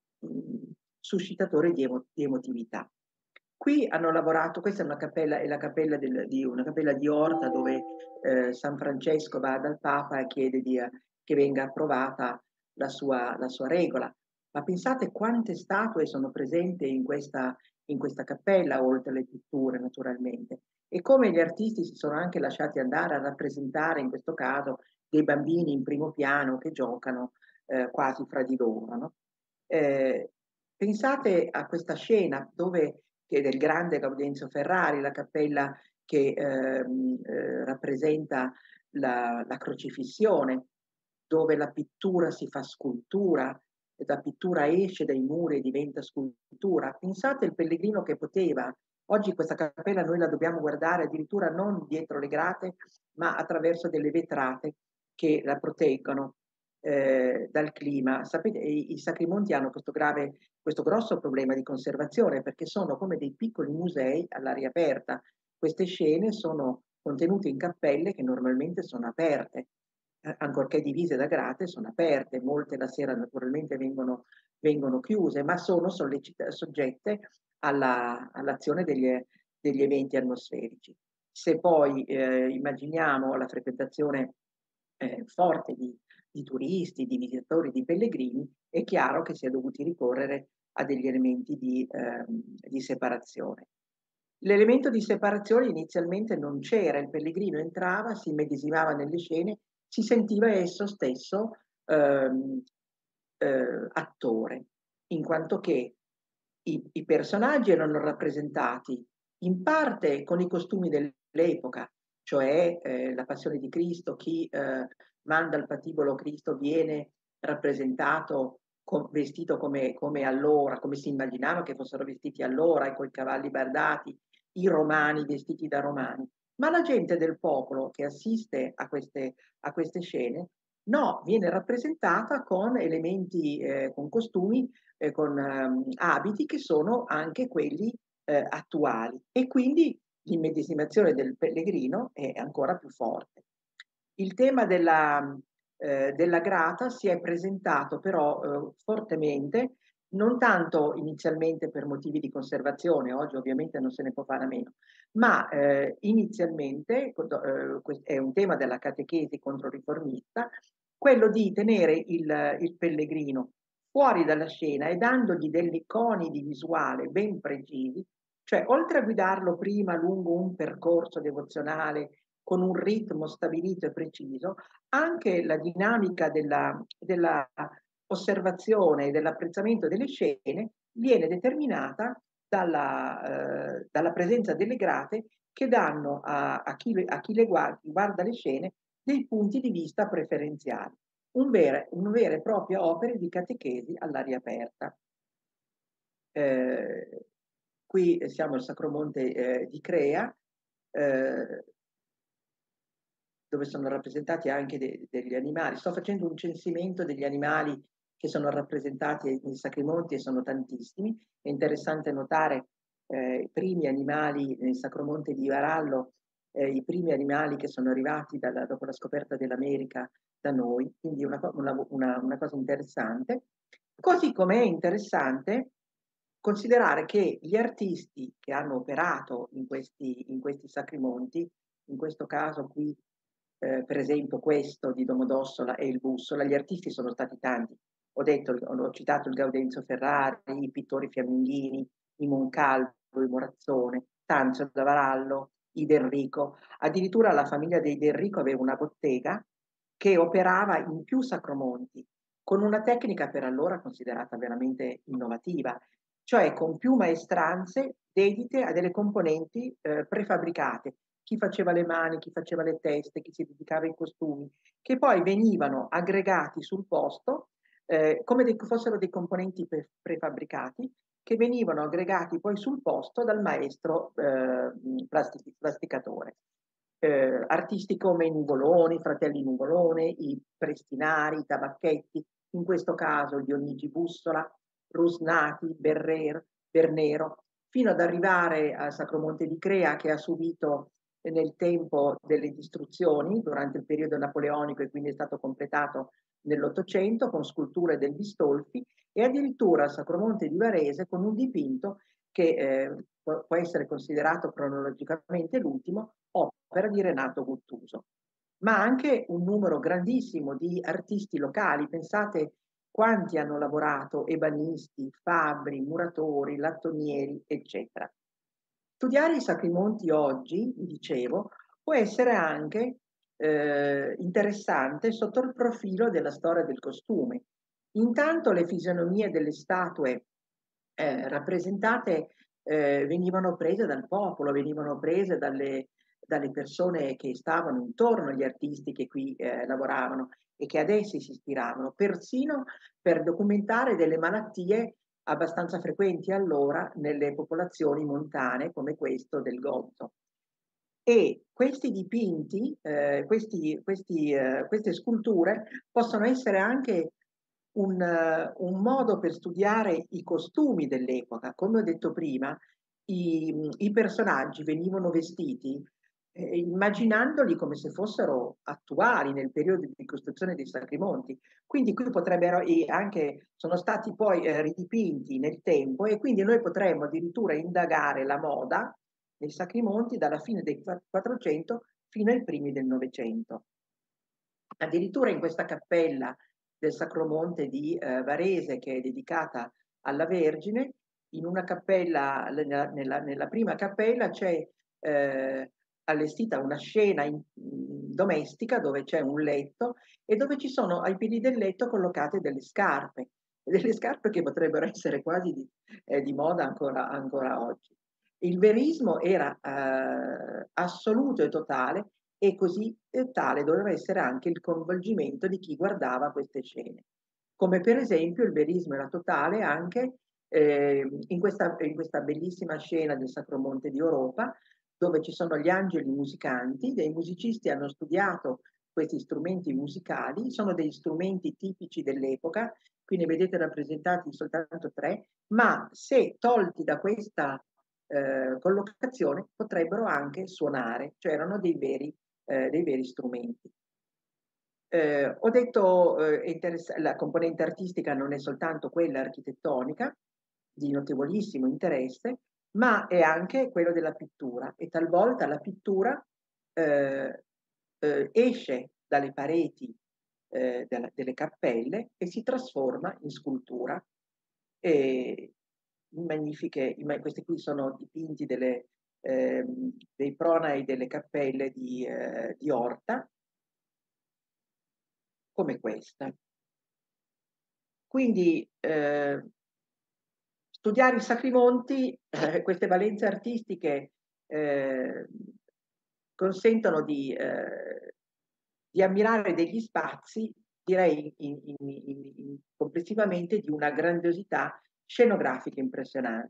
suscitatore di, emo- di emotività. Qui hanno lavorato, questa è una cappella, è la cappella del, di, una cappella di Orta dove eh, San Francesco va dal Papa e chiede di, che venga approvata la sua, la sua regola. Ma pensate quante statue sono presenti in questa, in questa cappella, oltre alle pitture naturalmente, e come gli artisti si sono anche lasciati andare a rappresentare, in questo caso, dei bambini in primo piano che giocano eh, quasi fra di loro. No? Eh, pensate a questa scena dove, che è del grande Gaudenzio Ferrari, la cappella che ehm, eh, rappresenta la, la crocifissione, dove la pittura si fa scultura, e la pittura esce dai muri e diventa scultura. Pensate il pellegrino che poteva. Oggi questa cappella noi la dobbiamo guardare addirittura non dietro le grate, ma attraverso delle vetrate che la proteggono eh, dal clima. Sapete, i, i Sacrimonti hanno questo grave, questo grosso problema di conservazione perché sono come dei piccoli musei all'aria aperta. Queste scene sono contenute in cappelle che normalmente sono aperte, eh, ancorché divise da grate, sono aperte, molte la sera naturalmente vengono, vengono chiuse, ma sono soggette alla, all'azione degli, degli eventi atmosferici. Se poi eh, immaginiamo la frequentazione eh, forte di, di turisti, di visitatori, di pellegrini, è chiaro che si è dovuti ricorrere a degli elementi di, ehm, di separazione. L'elemento di separazione inizialmente non c'era, il pellegrino entrava, si immedesimava nelle scene, si sentiva esso stesso ehm, eh, attore, in quanto che i, i personaggi erano rappresentati in parte con i costumi dell'epoca, cioè eh, la passione di Cristo, chi eh, manda il patibolo Cristo viene rappresentato co- vestito come, come allora, come si immaginava che fossero vestiti allora, e con i cavalli bardati, i romani vestiti da romani. Ma la gente del popolo che assiste a queste, a queste scene, no, viene rappresentata con elementi, eh, con costumi, eh, con um, abiti che sono anche quelli eh, attuali. E quindi l'immedesimazione del pellegrino è ancora più forte. Il tema della, eh, della grata si è presentato però eh, fortemente, non tanto inizialmente per motivi di conservazione, oggi ovviamente non se ne può fare a meno, ma eh, inizialmente eh, è un tema della catechesi controriformista, quello di tenere il, il pellegrino fuori dalla scena e dandogli delle iconi di visuale ben precisi, cioè oltre a guidarlo prima lungo un percorso devozionale con un ritmo stabilito e preciso, anche la dinamica della, della osservazione e dell'apprezzamento delle scene viene determinata dalla, eh, dalla presenza delle grate che danno a, a chi, a chi le guarda, guarda le scene dei punti di vista preferenziali, un vere, una vera e propria opera di catechesi all'aria aperta. Eh, Qui siamo al Sacromonte eh, di Crea, eh, dove sono rappresentati anche de degli animali. Sto facendo un censimento degli animali che sono rappresentati nei Sacromonti e sono tantissimi. È interessante notare eh, i primi animali nel Sacromonte di Varallo, eh, i primi animali che sono arrivati dalla, dopo la scoperta dell'America da noi, quindi una, una, una, una cosa interessante. Così come è interessante considerare che gli artisti che hanno operato in questi, in questi Sacrimonti, in questo caso qui eh, per esempio questo di Domodossola e il Bussola, gli artisti sono stati tanti. Ho detto, ho citato il Gaudenzio Ferrari, i pittori fiamminghini, i Moncalvo, il Morazzone, Tanzio da Varallo, i Del Rico. Addirittura la famiglia dei Del Rico aveva una bottega che operava in più sacromonti, con una tecnica per allora considerata veramente innovativa, cioè con più maestranze dedite a delle componenti eh, prefabbricate. Chi faceva le mani, chi faceva le teste, chi si dedicava ai costumi, che poi venivano aggregati sul posto eh, come dei, fossero dei componenti pre prefabbricati che venivano aggregati poi sul posto dal maestro eh, plastic plasticatore. Eh, artisti come i Nuvoloni, i fratelli Nuvolone, i Prestinari, i Tabacchetti, in questo caso Dionigi Bussola, Rusnati, Berrer, Bernero, fino ad arrivare al Sacromonte di Crea che ha subito nel tempo delle distruzioni durante il periodo napoleonico e quindi è stato completato nell'Ottocento con sculture del Bistolfi e addirittura al Sacromonte di Varese con un dipinto che eh, può, può essere considerato cronologicamente l'ultimo, opera di Renato Guttuso. Ma anche un numero grandissimo di artisti locali, pensate quanti hanno lavorato, ebanisti, fabbri, muratori, lattonieri, eccetera. Studiare i Sacrimonti oggi, dicevo, può essere anche eh, interessante sotto il profilo della storia del costume. Intanto le fisionomie delle statue eh, rappresentate eh, venivano prese dal popolo, venivano prese dalle, dalle persone che stavano intorno agli artisti che qui eh, lavoravano e che ad essi si ispiravano, persino per documentare delle malattie abbastanza frequenti allora nelle popolazioni montane come questo del Gonzo. E questi dipinti, eh, questi, questi, eh, queste sculture possono essere anche un, uh, un modo per studiare i costumi dell'epoca. Come ho detto prima, i, i personaggi venivano vestiti eh, immaginandoli come se fossero attuali nel periodo di costruzione dei Sacrimonti. Quindi qui potrebbero anche, sono stati poi eh, ridipinti nel tempo e quindi noi potremmo addirittura indagare la moda nei Sacrimonti dalla fine del quattrocento fino ai primi del Novecento. Addirittura in questa cappella del Sacromonte di eh, Varese, che è dedicata alla Vergine, in una cappella, nella, nella, nella prima cappella c'è eh, allestita una scena in, in, domestica dove c'è un letto e dove ci sono ai piedi del letto collocate delle scarpe, delle scarpe che potrebbero essere quasi di, eh, di moda ancora, ancora oggi. Il verismo era eh, assoluto e totale e così eh, tale doveva essere anche il coinvolgimento di chi guardava queste scene. Come per esempio il verismo era totale anche eh, in, questa, in questa bellissima scena del Sacromonte di Europa, dove ci sono gli angeli musicanti, dei musicisti hanno studiato questi strumenti musicali, sono degli strumenti tipici dell'epoca, qui ne vedete rappresentati soltanto tre, ma se tolti da questa eh, collocazione potrebbero anche suonare, cioè erano dei veri, eh, dei veri strumenti. Eh, ho detto eh, la componente artistica non è soltanto quella architettonica, di notevolissimo interesse, ma è anche quello della pittura e talvolta la pittura eh, eh, esce dalle pareti eh, della, delle cappelle e si trasforma in scultura. E magnifiche, questi qui sono dipinti delle, eh, dei pronai delle cappelle di, eh, di Orta, come questa. Quindi eh, studiare i Sacrimonti, eh, queste valenze artistiche eh, consentono di, eh, di ammirare degli spazi, direi in, in, in, in, complessivamente di una grandiosità scenografica impressionante.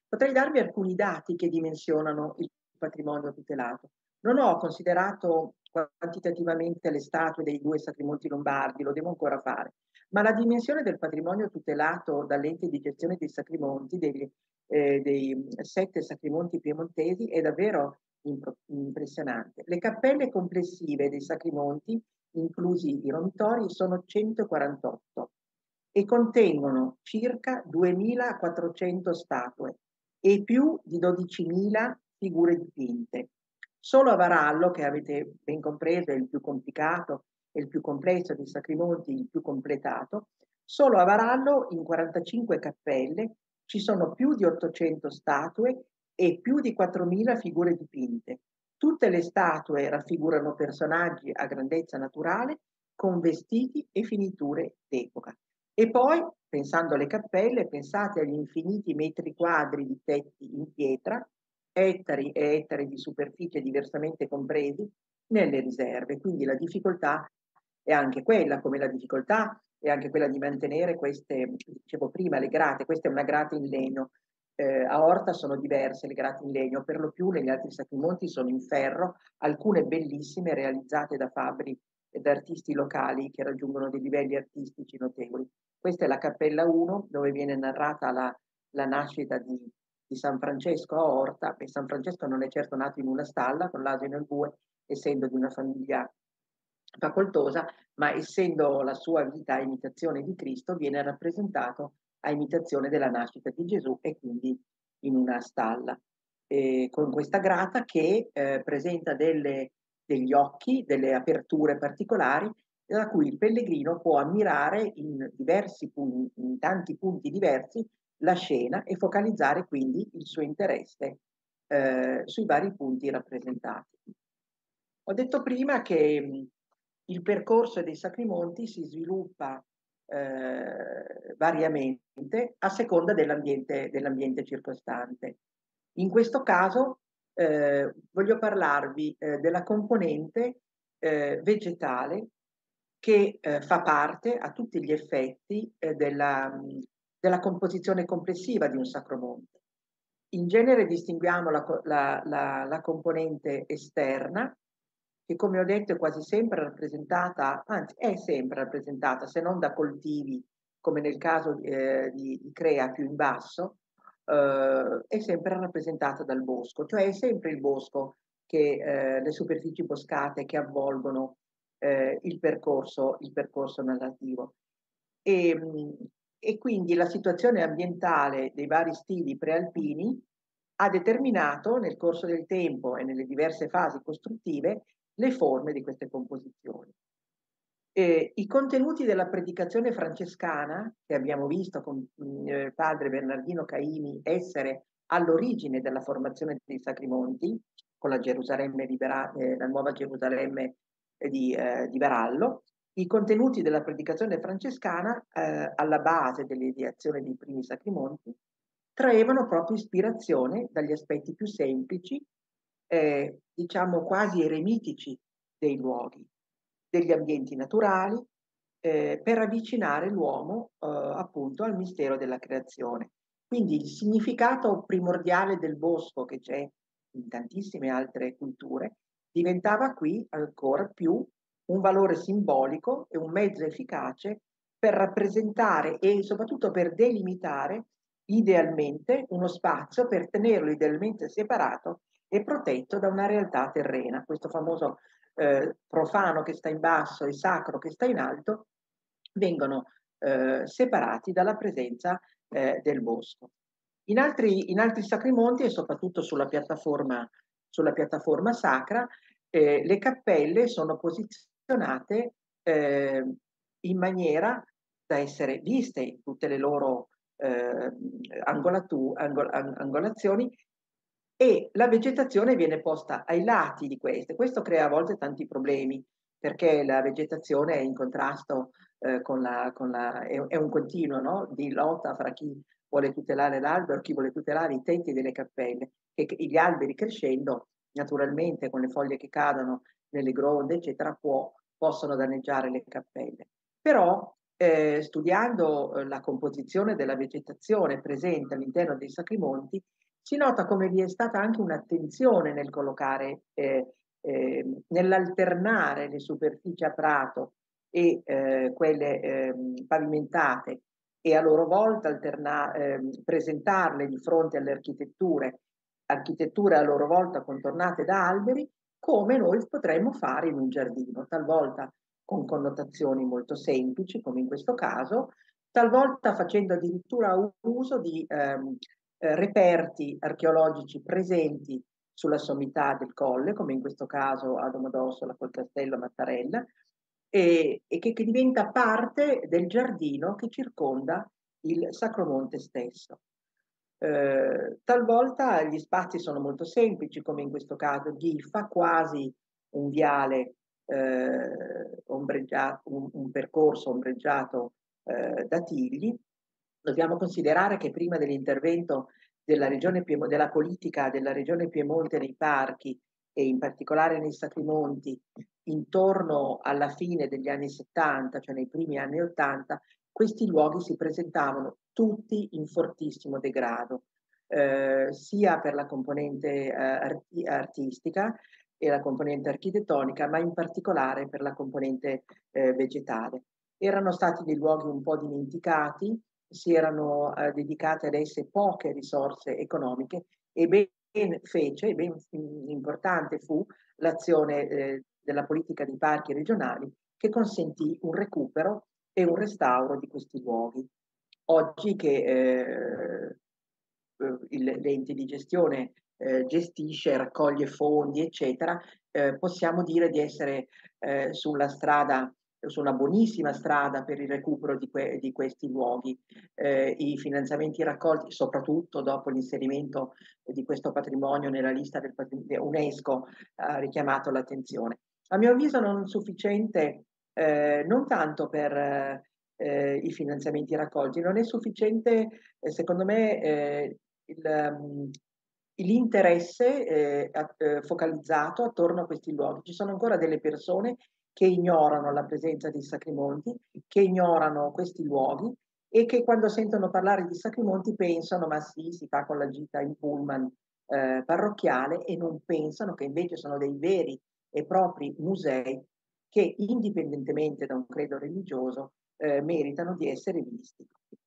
Potrei darvi alcuni dati che dimensionano il patrimonio tutelato. Non ho considerato quantitativamente le statue dei due Sacrimonti lombardi, lo devo ancora fare, ma la dimensione del patrimonio tutelato dall'ente di gestione dei Sacrimonti, dei, eh, dei sette Sacrimonti piemontesi, è davvero impro- impressionante. Le cappelle complessive dei Sacrimonti, inclusi i romitori, sono centoquarantotto e contengono circa duemilaquattrocento statue e più di dodicimila figure dipinte. Solo a Varallo, che avete ben compreso è il più complicato e il più complesso dei Sacrimonti, il più completato, solo a Varallo in quarantacinque cappelle ci sono più di ottocento statue e più di quattromila figure dipinte. Tutte le statue raffigurano personaggi a grandezza naturale con vestiti e finiture d'epoca. E poi, pensando alle cappelle, pensate agli infiniti metri quadri di tetti in pietra, ettari e ettari di superficie diversamente compresi nelle riserve. Quindi la difficoltà è anche quella, come la difficoltà è anche quella di mantenere queste, dicevo prima, le grate. Questa è una grata in legno. Eh, a Orta sono diverse le grate in legno, per lo più negli altri Sacrimonti sono in ferro, alcune bellissime realizzate da fabbri e da artisti locali che raggiungono dei livelli artistici notevoli. Questa è la Cappella uno, dove viene narrata la, la nascita di, di San Francesco a Orta. E San Francesco non è certo nato in una stalla con l'asino e il bue, essendo di una famiglia facoltosa, ma essendo la sua vita a imitazione di Cristo, viene rappresentato a imitazione della nascita di Gesù e quindi in una stalla. E con questa grata che eh, presenta delle, degli occhi, delle aperture particolari da cui il pellegrino può ammirare in diversi punti, in tanti punti diversi, la scena e focalizzare quindi il suo interesse eh, sui vari punti rappresentati. Ho detto prima che mh, il percorso dei Sacrimonti si sviluppa eh, variamente a seconda dell'ambiente, dell'ambiente circostante. In questo caso eh, voglio parlarvi eh, della componente eh, vegetale che eh, fa parte a tutti gli effetti eh, della, mh, della composizione complessiva di un sacromonte. In genere distinguiamo la, la, la, la componente esterna, che come ho detto è quasi sempre rappresentata, anzi è sempre rappresentata, se non da coltivi, come nel caso eh, di, di Crea più in basso, eh, è sempre rappresentata dal bosco, cioè è sempre il bosco che eh, le superfici boscate che avvolgono eh, il percorso, il percorso narrativo. E, e quindi la situazione ambientale dei vari stili prealpini ha determinato nel corso del tempo e nelle diverse fasi costruttive le forme di queste composizioni. Eh, I contenuti della predicazione francescana, che abbiamo visto con eh, padre Bernardino Caimi essere all'origine della formazione dei Sacrimonti, con la Gerusalemme liberata, eh, la nuova Gerusalemme di, eh, di Varallo, i contenuti della predicazione francescana, eh, alla base dell'ideazione dei primi Sacrimonti, traevano proprio ispirazione dagli aspetti più semplici, eh, diciamo quasi eremitici dei luoghi, degli ambienti naturali, eh, per avvicinare l'uomo eh, appunto al mistero della creazione. Quindi il significato primordiale del bosco, che c'è in tantissime altre culture, diventava qui ancora più un valore simbolico e un mezzo efficace per rappresentare e soprattutto per delimitare idealmente uno spazio, per tenerlo idealmente separato e protetto da una realtà terrena. Questo famoso eh, profano che sta in basso e sacro che sta in alto vengono eh, separati dalla presenza eh, del bosco. In altri, in altri Sacrimonti e soprattutto sulla piattaforma, sulla piattaforma sacra, eh, le cappelle sono posizionate eh, in maniera da essere viste in tutte le loro eh, angolatu, angol, angolazioni, e la vegetazione viene posta ai lati di queste. Questo crea a volte tanti problemi, perché la vegetazione è in contrasto eh, con la, con la è, è un continuo, no? Di lotta fra chi vuole tutelare l'albero, chi vuole tutelare i tetti delle cappelle, e gli alberi crescendo, naturalmente con le foglie che cadono nelle gronde, eccetera, può, possono danneggiare le cappelle. Però eh, studiando eh, la composizione della vegetazione presente all'interno dei Sacrimonti, si nota come vi è stata anche un'attenzione nel collocare, eh, eh, nell'alternare le superfici a prato e eh, quelle eh, pavimentate e a loro volta alterna- eh, presentarle di fronte alle architetture, architetture a loro volta contornate da alberi, come noi potremmo fare in un giardino, talvolta con connotazioni molto semplici, come in questo caso, talvolta facendo addirittura uso di ehm, eh, reperti archeologici presenti sulla sommità del colle, come in questo caso a Domodossola col castello Mattarella, e, e che, che diventa parte del giardino che circonda il Sacromonte stesso. Eh, talvolta gli spazi sono molto semplici, come in questo caso Ghiffa, quasi un viale eh, ombreggiato, un, un percorso ombreggiato eh, da tigli. Dobbiamo considerare che prima dell'intervento della regione Piemo- della politica della regione Piemonte nei parchi e in particolare nei Sacrimonti, intorno alla fine degli anni settanta, cioè nei primi anni ottanta, questi luoghi si presentavano tutti in fortissimo degrado, eh, sia per la componente eh, arti- artistica e la componente architettonica, ma in particolare per la componente eh, vegetale. Erano stati dei luoghi un po' dimenticati, si erano eh, dedicate ad esse poche risorse economiche e ben fece, ben importante fu l'azione eh, della politica dei parchi regionali che consentì un recupero e un restauro di questi luoghi. Oggi che eh, il, l'ente di gestione eh, gestisce, raccoglie fondi, eccetera, eh, possiamo dire di essere eh, sulla strada, su una buonissima strada per il recupero di, que- di questi luoghi. Eh, I finanziamenti raccolti, soprattutto dopo l'inserimento di questo patrimonio nella lista del patrimonio UNESCO, ha richiamato l'attenzione. A mio avviso non sufficiente, eh, non tanto per eh, i finanziamenti raccolti, non è sufficiente, eh, secondo me, eh, il, um, l'interesse eh, eh, focalizzato attorno a questi luoghi. Ci sono ancora delle persone che ignorano la presenza dei Sacrimonti, che ignorano questi luoghi e che quando sentono parlare di Sacrimonti pensano ma sì, si fa con la gita in pullman eh, parrocchiale e non pensano che invece sono dei veri e propri musei che indipendentemente da un credo religioso eh, meritano di essere visti.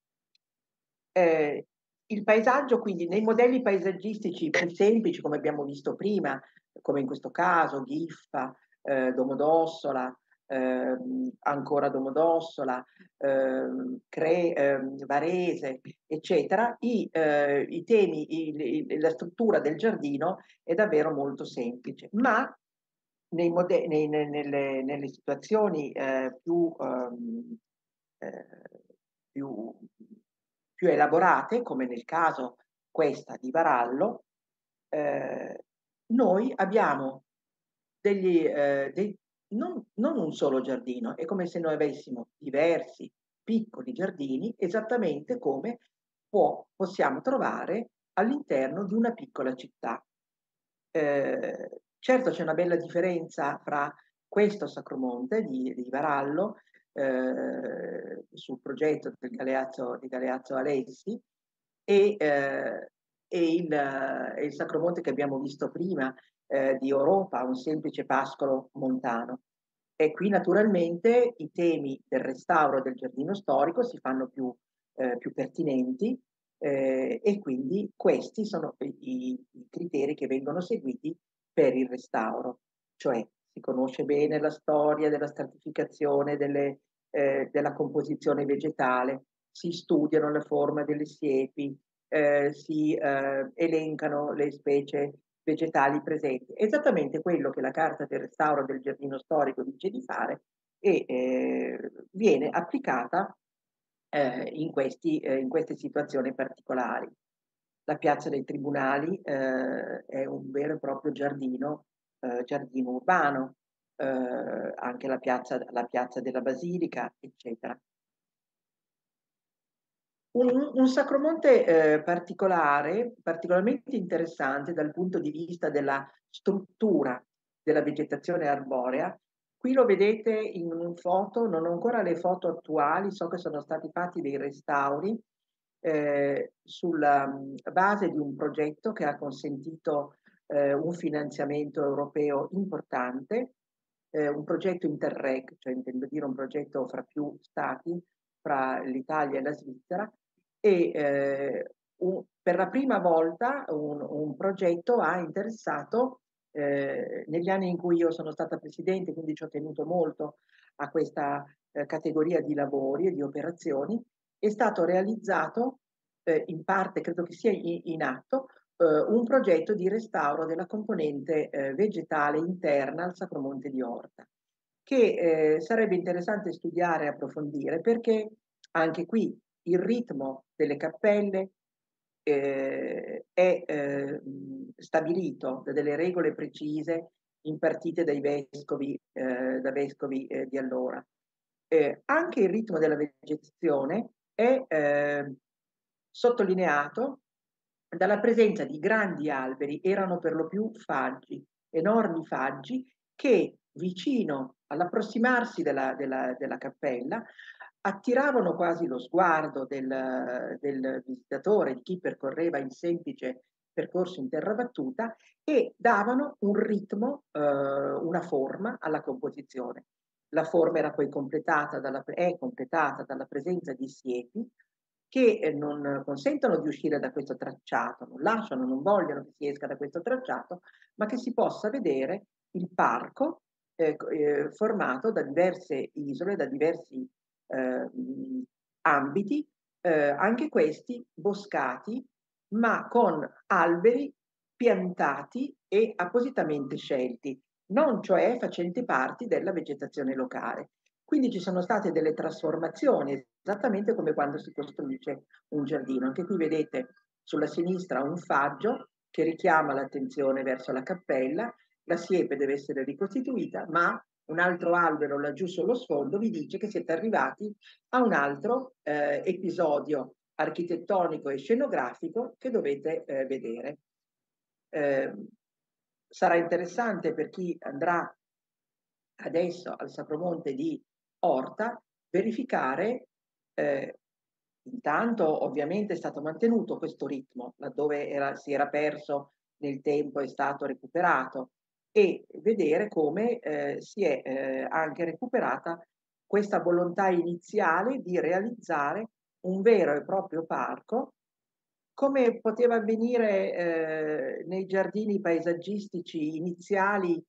Eh, il paesaggio, quindi, nei modelli paesaggistici più semplici, come abbiamo visto prima, come in questo caso, Ghiffa, eh, Domodossola, eh, ancora Domodossola, eh, Cre, eh, Varese, eccetera, i, eh, i temi, i, i, la struttura del giardino è davvero molto semplice, ma nei mode- nei, nelle, nelle situazioni eh, più, um, eh, più, più elaborate, come nel caso questa di Varallo, eh, noi abbiamo degli, eh, dei, non, non un solo giardino, è come se noi avessimo diversi piccoli giardini, esattamente come può, possiamo trovare all'interno di una piccola città. Eh, certo c'è una bella differenza fra questo Sacromonte di, di Varallo eh, sul progetto del Galeazzo, di Galeazzo Alessi e, eh, e, il, e il Sacromonte che abbiamo visto prima eh, di Oropa, un semplice pascolo montano. E qui naturalmente i temi del restauro del giardino storico si fanno più, eh, più pertinenti eh, e quindi questi sono i, i criteri che vengono seguiti per il restauro, cioè si conosce bene la storia della stratificazione delle, eh, della composizione vegetale, si studiano le forme delle siepi, eh, si eh, elencano le specie vegetali presenti. Esattamente quello che la Carta del restauro del giardino storico dice di fare e eh, viene applicata eh, in, questi, eh, in queste situazioni particolari. La piazza dei tribunali eh, è un vero e proprio giardino, eh, giardino urbano, eh, anche la piazza, la piazza della Basilica, eccetera. Un, un Sacromonte eh, particolare, particolarmente interessante dal punto di vista della struttura della vegetazione arborea, Qui lo vedete in un foto, non ho ancora le foto attuali, so che sono stati fatti dei restauri eh, sulla mh, base di un progetto che ha consentito eh, un finanziamento europeo importante, eh, un progetto Interreg, cioè intendo dire un progetto fra più stati, fra l'Italia e la Svizzera, e eh, un, per la prima volta un, un progetto ha interessato, eh, negli anni in cui io sono stata presidente, quindi ci ho tenuto molto a questa eh, categoria di lavori e di operazioni, è stato realizzato, eh, in parte credo che sia in, in atto, eh, un progetto di restauro della componente eh, vegetale interna al Sacromonte di Orta, che eh, sarebbe interessante studiare e approfondire, perché anche qui il ritmo delle cappelle eh, è eh, stabilito da delle regole precise impartite dai vescovi, eh, da vescovi eh, di allora. Eh, anche il ritmo della vegetazione è eh, sottolineato dalla presenza di grandi alberi, erano per lo più faggi, enormi faggi, che vicino all'approssimarsi della, della, della cappella attiravano quasi lo sguardo del, del visitatore, di chi percorreva il semplice percorso in terra battuta, e davano un ritmo, eh, una forma alla composizione. La forma era poi completata dalla, è completata dalla presenza di siepi che eh, non consentono di uscire da questo tracciato, non lasciano, non vogliono che si esca da questo tracciato, ma che si possa vedere il parco eh, eh, formato da diverse isole, da diversi eh, ambiti, eh, anche questi boscati, ma con alberi piantati e appositamente scelti, non cioè facenti parte della vegetazione locale. Quindi ci sono state delle trasformazioni, esattamente come quando si costruisce un giardino. Anche qui vedete sulla sinistra un faggio che richiama l'attenzione verso la cappella, la siepe deve essere ricostituita, ma un altro albero laggiù sullo sfondo vi dice che siete arrivati a un altro eh, episodio architettonico e scenografico che dovete eh, vedere. Eh, sarà interessante per chi andrà adesso al Sacromonte di Orta verificare, eh, intanto ovviamente è stato mantenuto questo ritmo, laddove era, si era perso nel tempo è stato recuperato, e vedere come eh, si è eh, anche recuperata questa volontà iniziale di realizzare un vero e proprio parco, come poteva avvenire eh, nei giardini paesaggistici iniziali,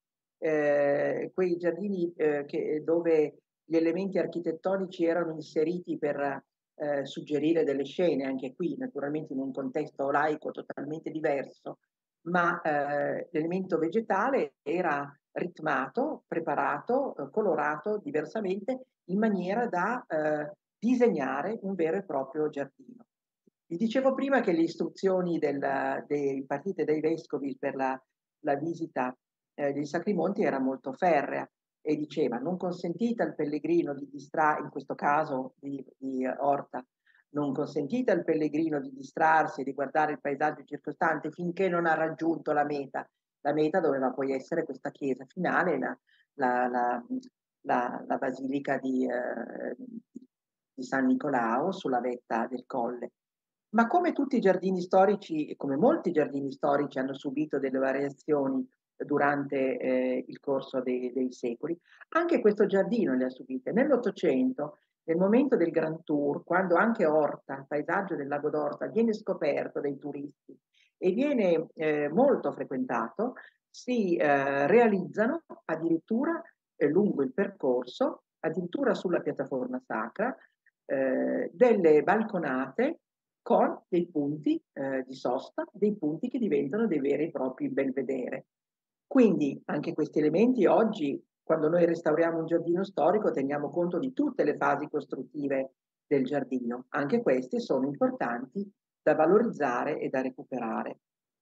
eh, quei giardini eh, che, dove gli elementi architettonici erano inseriti per eh, suggerire delle scene, anche qui naturalmente in un contesto laico totalmente diverso, ma eh, l'elemento vegetale era ritmato, preparato, eh, colorato diversamente in maniera da eh, disegnare un vero e proprio giardino. Vi dicevo prima che le istruzioni del, dei partite dei vescovi per la, la visita eh, dei Sacri Monti era molto ferrea, e diceva: non consentite al pellegrino di distrarsi, in questo caso di, di Orta, non consentite al pellegrino di distrarsi e di guardare il paesaggio circostante finché non ha raggiunto la meta. La meta doveva poi essere questa chiesa finale, la, la, la, la, la basilica di, eh, di San Nicolao sulla vetta del colle. Ma come tutti i giardini storici, e come molti giardini storici hanno subito delle variazioni durante eh, il corso dei, dei secoli, anche questo giardino le ha subite. Nell'Ottocento, nel momento del Grand Tour, quando anche Orta, il paesaggio del lago d'Orta, viene scoperto dai turisti e viene eh, molto frequentato, si eh, realizzano addirittura eh, lungo il percorso, addirittura sulla piattaforma sacra, eh, delle balconate con dei punti eh, di sosta, dei punti che diventano dei veri e propri belvedere. Quindi anche questi elementi oggi, quando noi restauriamo un giardino storico, teniamo conto di tutte le fasi costruttive del giardino. Anche queste sono importanti da valorizzare e da recuperare.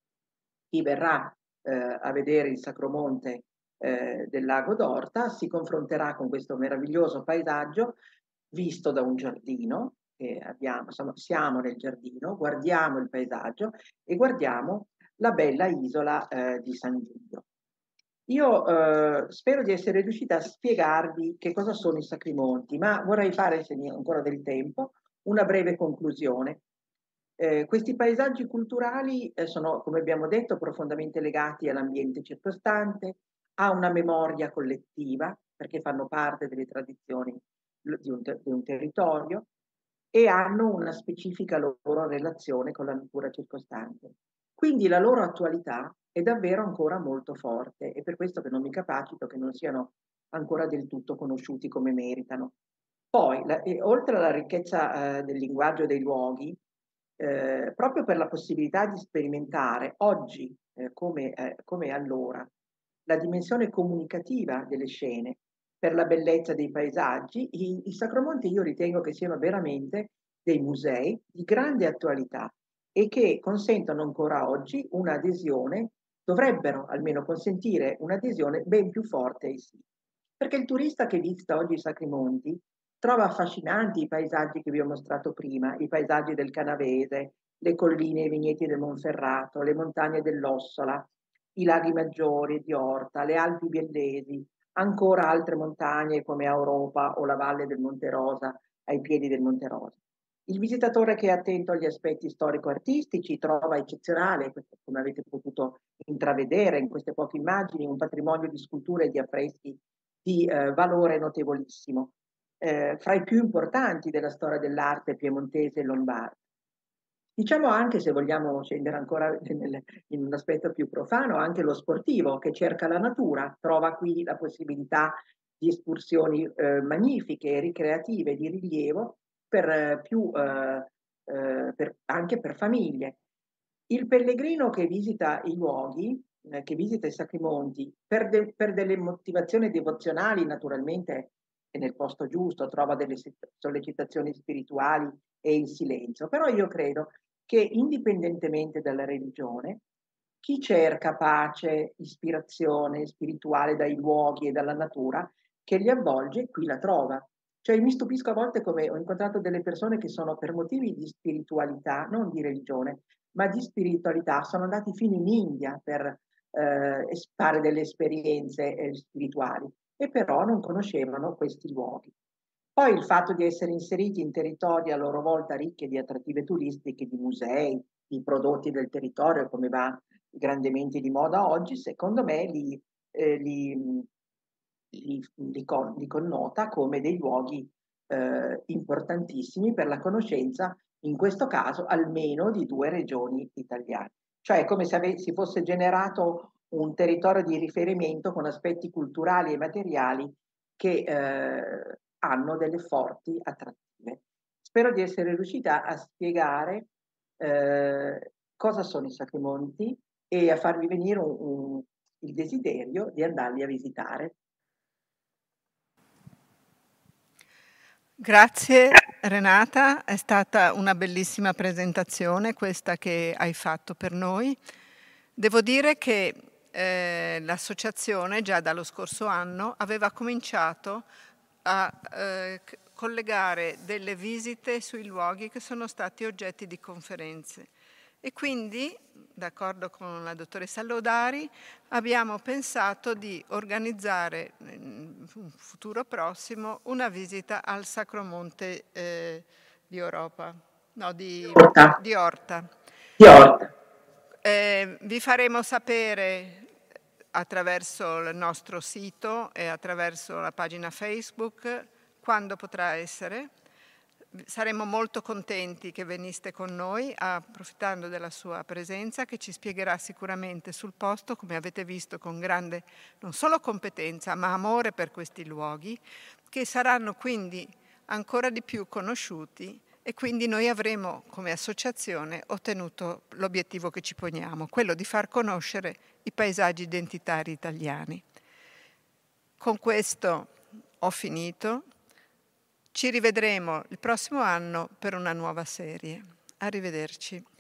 Chi verrà eh, a vedere il Sacromonte eh, del Lago d'Orta si confronterà con questo meraviglioso paesaggio visto da un giardino che abbiamo, insomma, siamo nel giardino, guardiamo il paesaggio e guardiamo la bella isola eh, di San Giulio. Io eh, spero di essere riuscita a spiegarvi che cosa sono i Sacrimonti, ma vorrei fare, se mi ho ancora del tempo, una breve conclusione. Eh, questi paesaggi culturali eh, sono, come abbiamo detto, profondamente legati all'ambiente circostante, a una memoria collettiva, perché fanno parte delle tradizioni di un, di un territorio, e hanno una specifica loro relazione con la natura circostante. Quindi la loro attualità è davvero ancora molto forte, e per questo che non mi capacito che non siano ancora del tutto conosciuti come meritano. Poi, la, e, oltre alla ricchezza eh, del linguaggio dei luoghi, eh, proprio per la possibilità di sperimentare oggi, eh, come, eh, come allora, la dimensione comunicativa delle scene, per la bellezza dei paesaggi, i, i Sacromonti io ritengo che siano veramente dei musei di grande attualità e che consentono ancora oggi un'adesione, dovrebbero almeno consentire un'adesione ben più forte ai siti. Perché il turista che visita oggi i Sacri Monti trova affascinanti i paesaggi che vi ho mostrato prima, i paesaggi del Canavese, le colline e i vigneti del Monferrato, le montagne dell'Ossola, i laghi maggiori di Orta, le Alpi Biellesi, ancora altre montagne come Europa o la valle del Monte Rosa ai piedi del Monte Rosa. Il visitatore che è attento agli aspetti storico-artistici trova eccezionale, come avete potuto intravedere in queste poche immagini, un patrimonio di sculture e di affreschi di eh, valore notevolissimo, eh, fra i più importanti della storia dell'arte piemontese e lombarda. Diciamo anche, se vogliamo scendere ancora nel, in un aspetto più profano, anche lo sportivo che cerca la natura, trova qui la possibilità di escursioni eh, magnifiche, ricreative, di rilievo, per eh, più, eh, eh, per, anche per famiglie. Il pellegrino che visita i luoghi, eh, che visita i Sacri Monti, per, de, per delle motivazioni devozionali, naturalmente è nel posto giusto, trova delle sollecitazioni spirituali e il silenzio, però io credo che indipendentemente dalla religione, chi cerca pace, ispirazione spirituale dai luoghi e dalla natura che li avvolge, qui la trova. Cioè mi stupisco a volte come ho incontrato delle persone che sono per motivi di spiritualità, non di religione, ma di spiritualità, sono andati fino in India per eh, fare delle esperienze eh, spirituali e però non conoscevano questi luoghi. Poi il fatto di essere inseriti in territori a loro volta ricchi di attrattive turistiche, di musei, di prodotti del territorio, come va grandemente di moda oggi, secondo me li, eh, li, li, li, con, li connota come dei luoghi eh, importantissimi per la conoscenza, in questo caso almeno di due regioni italiane. Cioè è come se ave- si fosse generato un territorio di riferimento con aspetti culturali e materiali che eh, hanno delle forti attrattive. Spero di essere riuscita a spiegare eh, cosa sono i Sacri Monti e a farvi venire un, un, il desiderio di andarli a visitare. Grazie Renata, è stata una bellissima presentazione questa che hai fatto per noi. Devo dire che eh, l'associazione già dallo scorso anno aveva cominciato a eh, collegare delle visite sui luoghi che sono stati oggetti di conferenze. E quindi, d'accordo con la dottoressa Lodari, abbiamo pensato di organizzare in un futuro prossimo una visita al Sacromonte eh, di Europa, no, di Orta. di Orta. Di Orta. Eh, vi faremo sapere attraverso il nostro sito e attraverso la pagina Facebook quando potrà essere. Saremo molto contenti che veniste con noi, approfittando della sua presenza, che ci spiegherà sicuramente sul posto, come avete visto, con grande non solo competenza, ma amore per questi luoghi, che saranno quindi ancora di più conosciuti e quindi noi avremo come associazione ottenuto l'obiettivo che ci poniamo, quello di far conoscere i paesaggi identitari italiani. Con questo ho finito. Ci rivedremo il prossimo anno per una nuova serie. Arrivederci.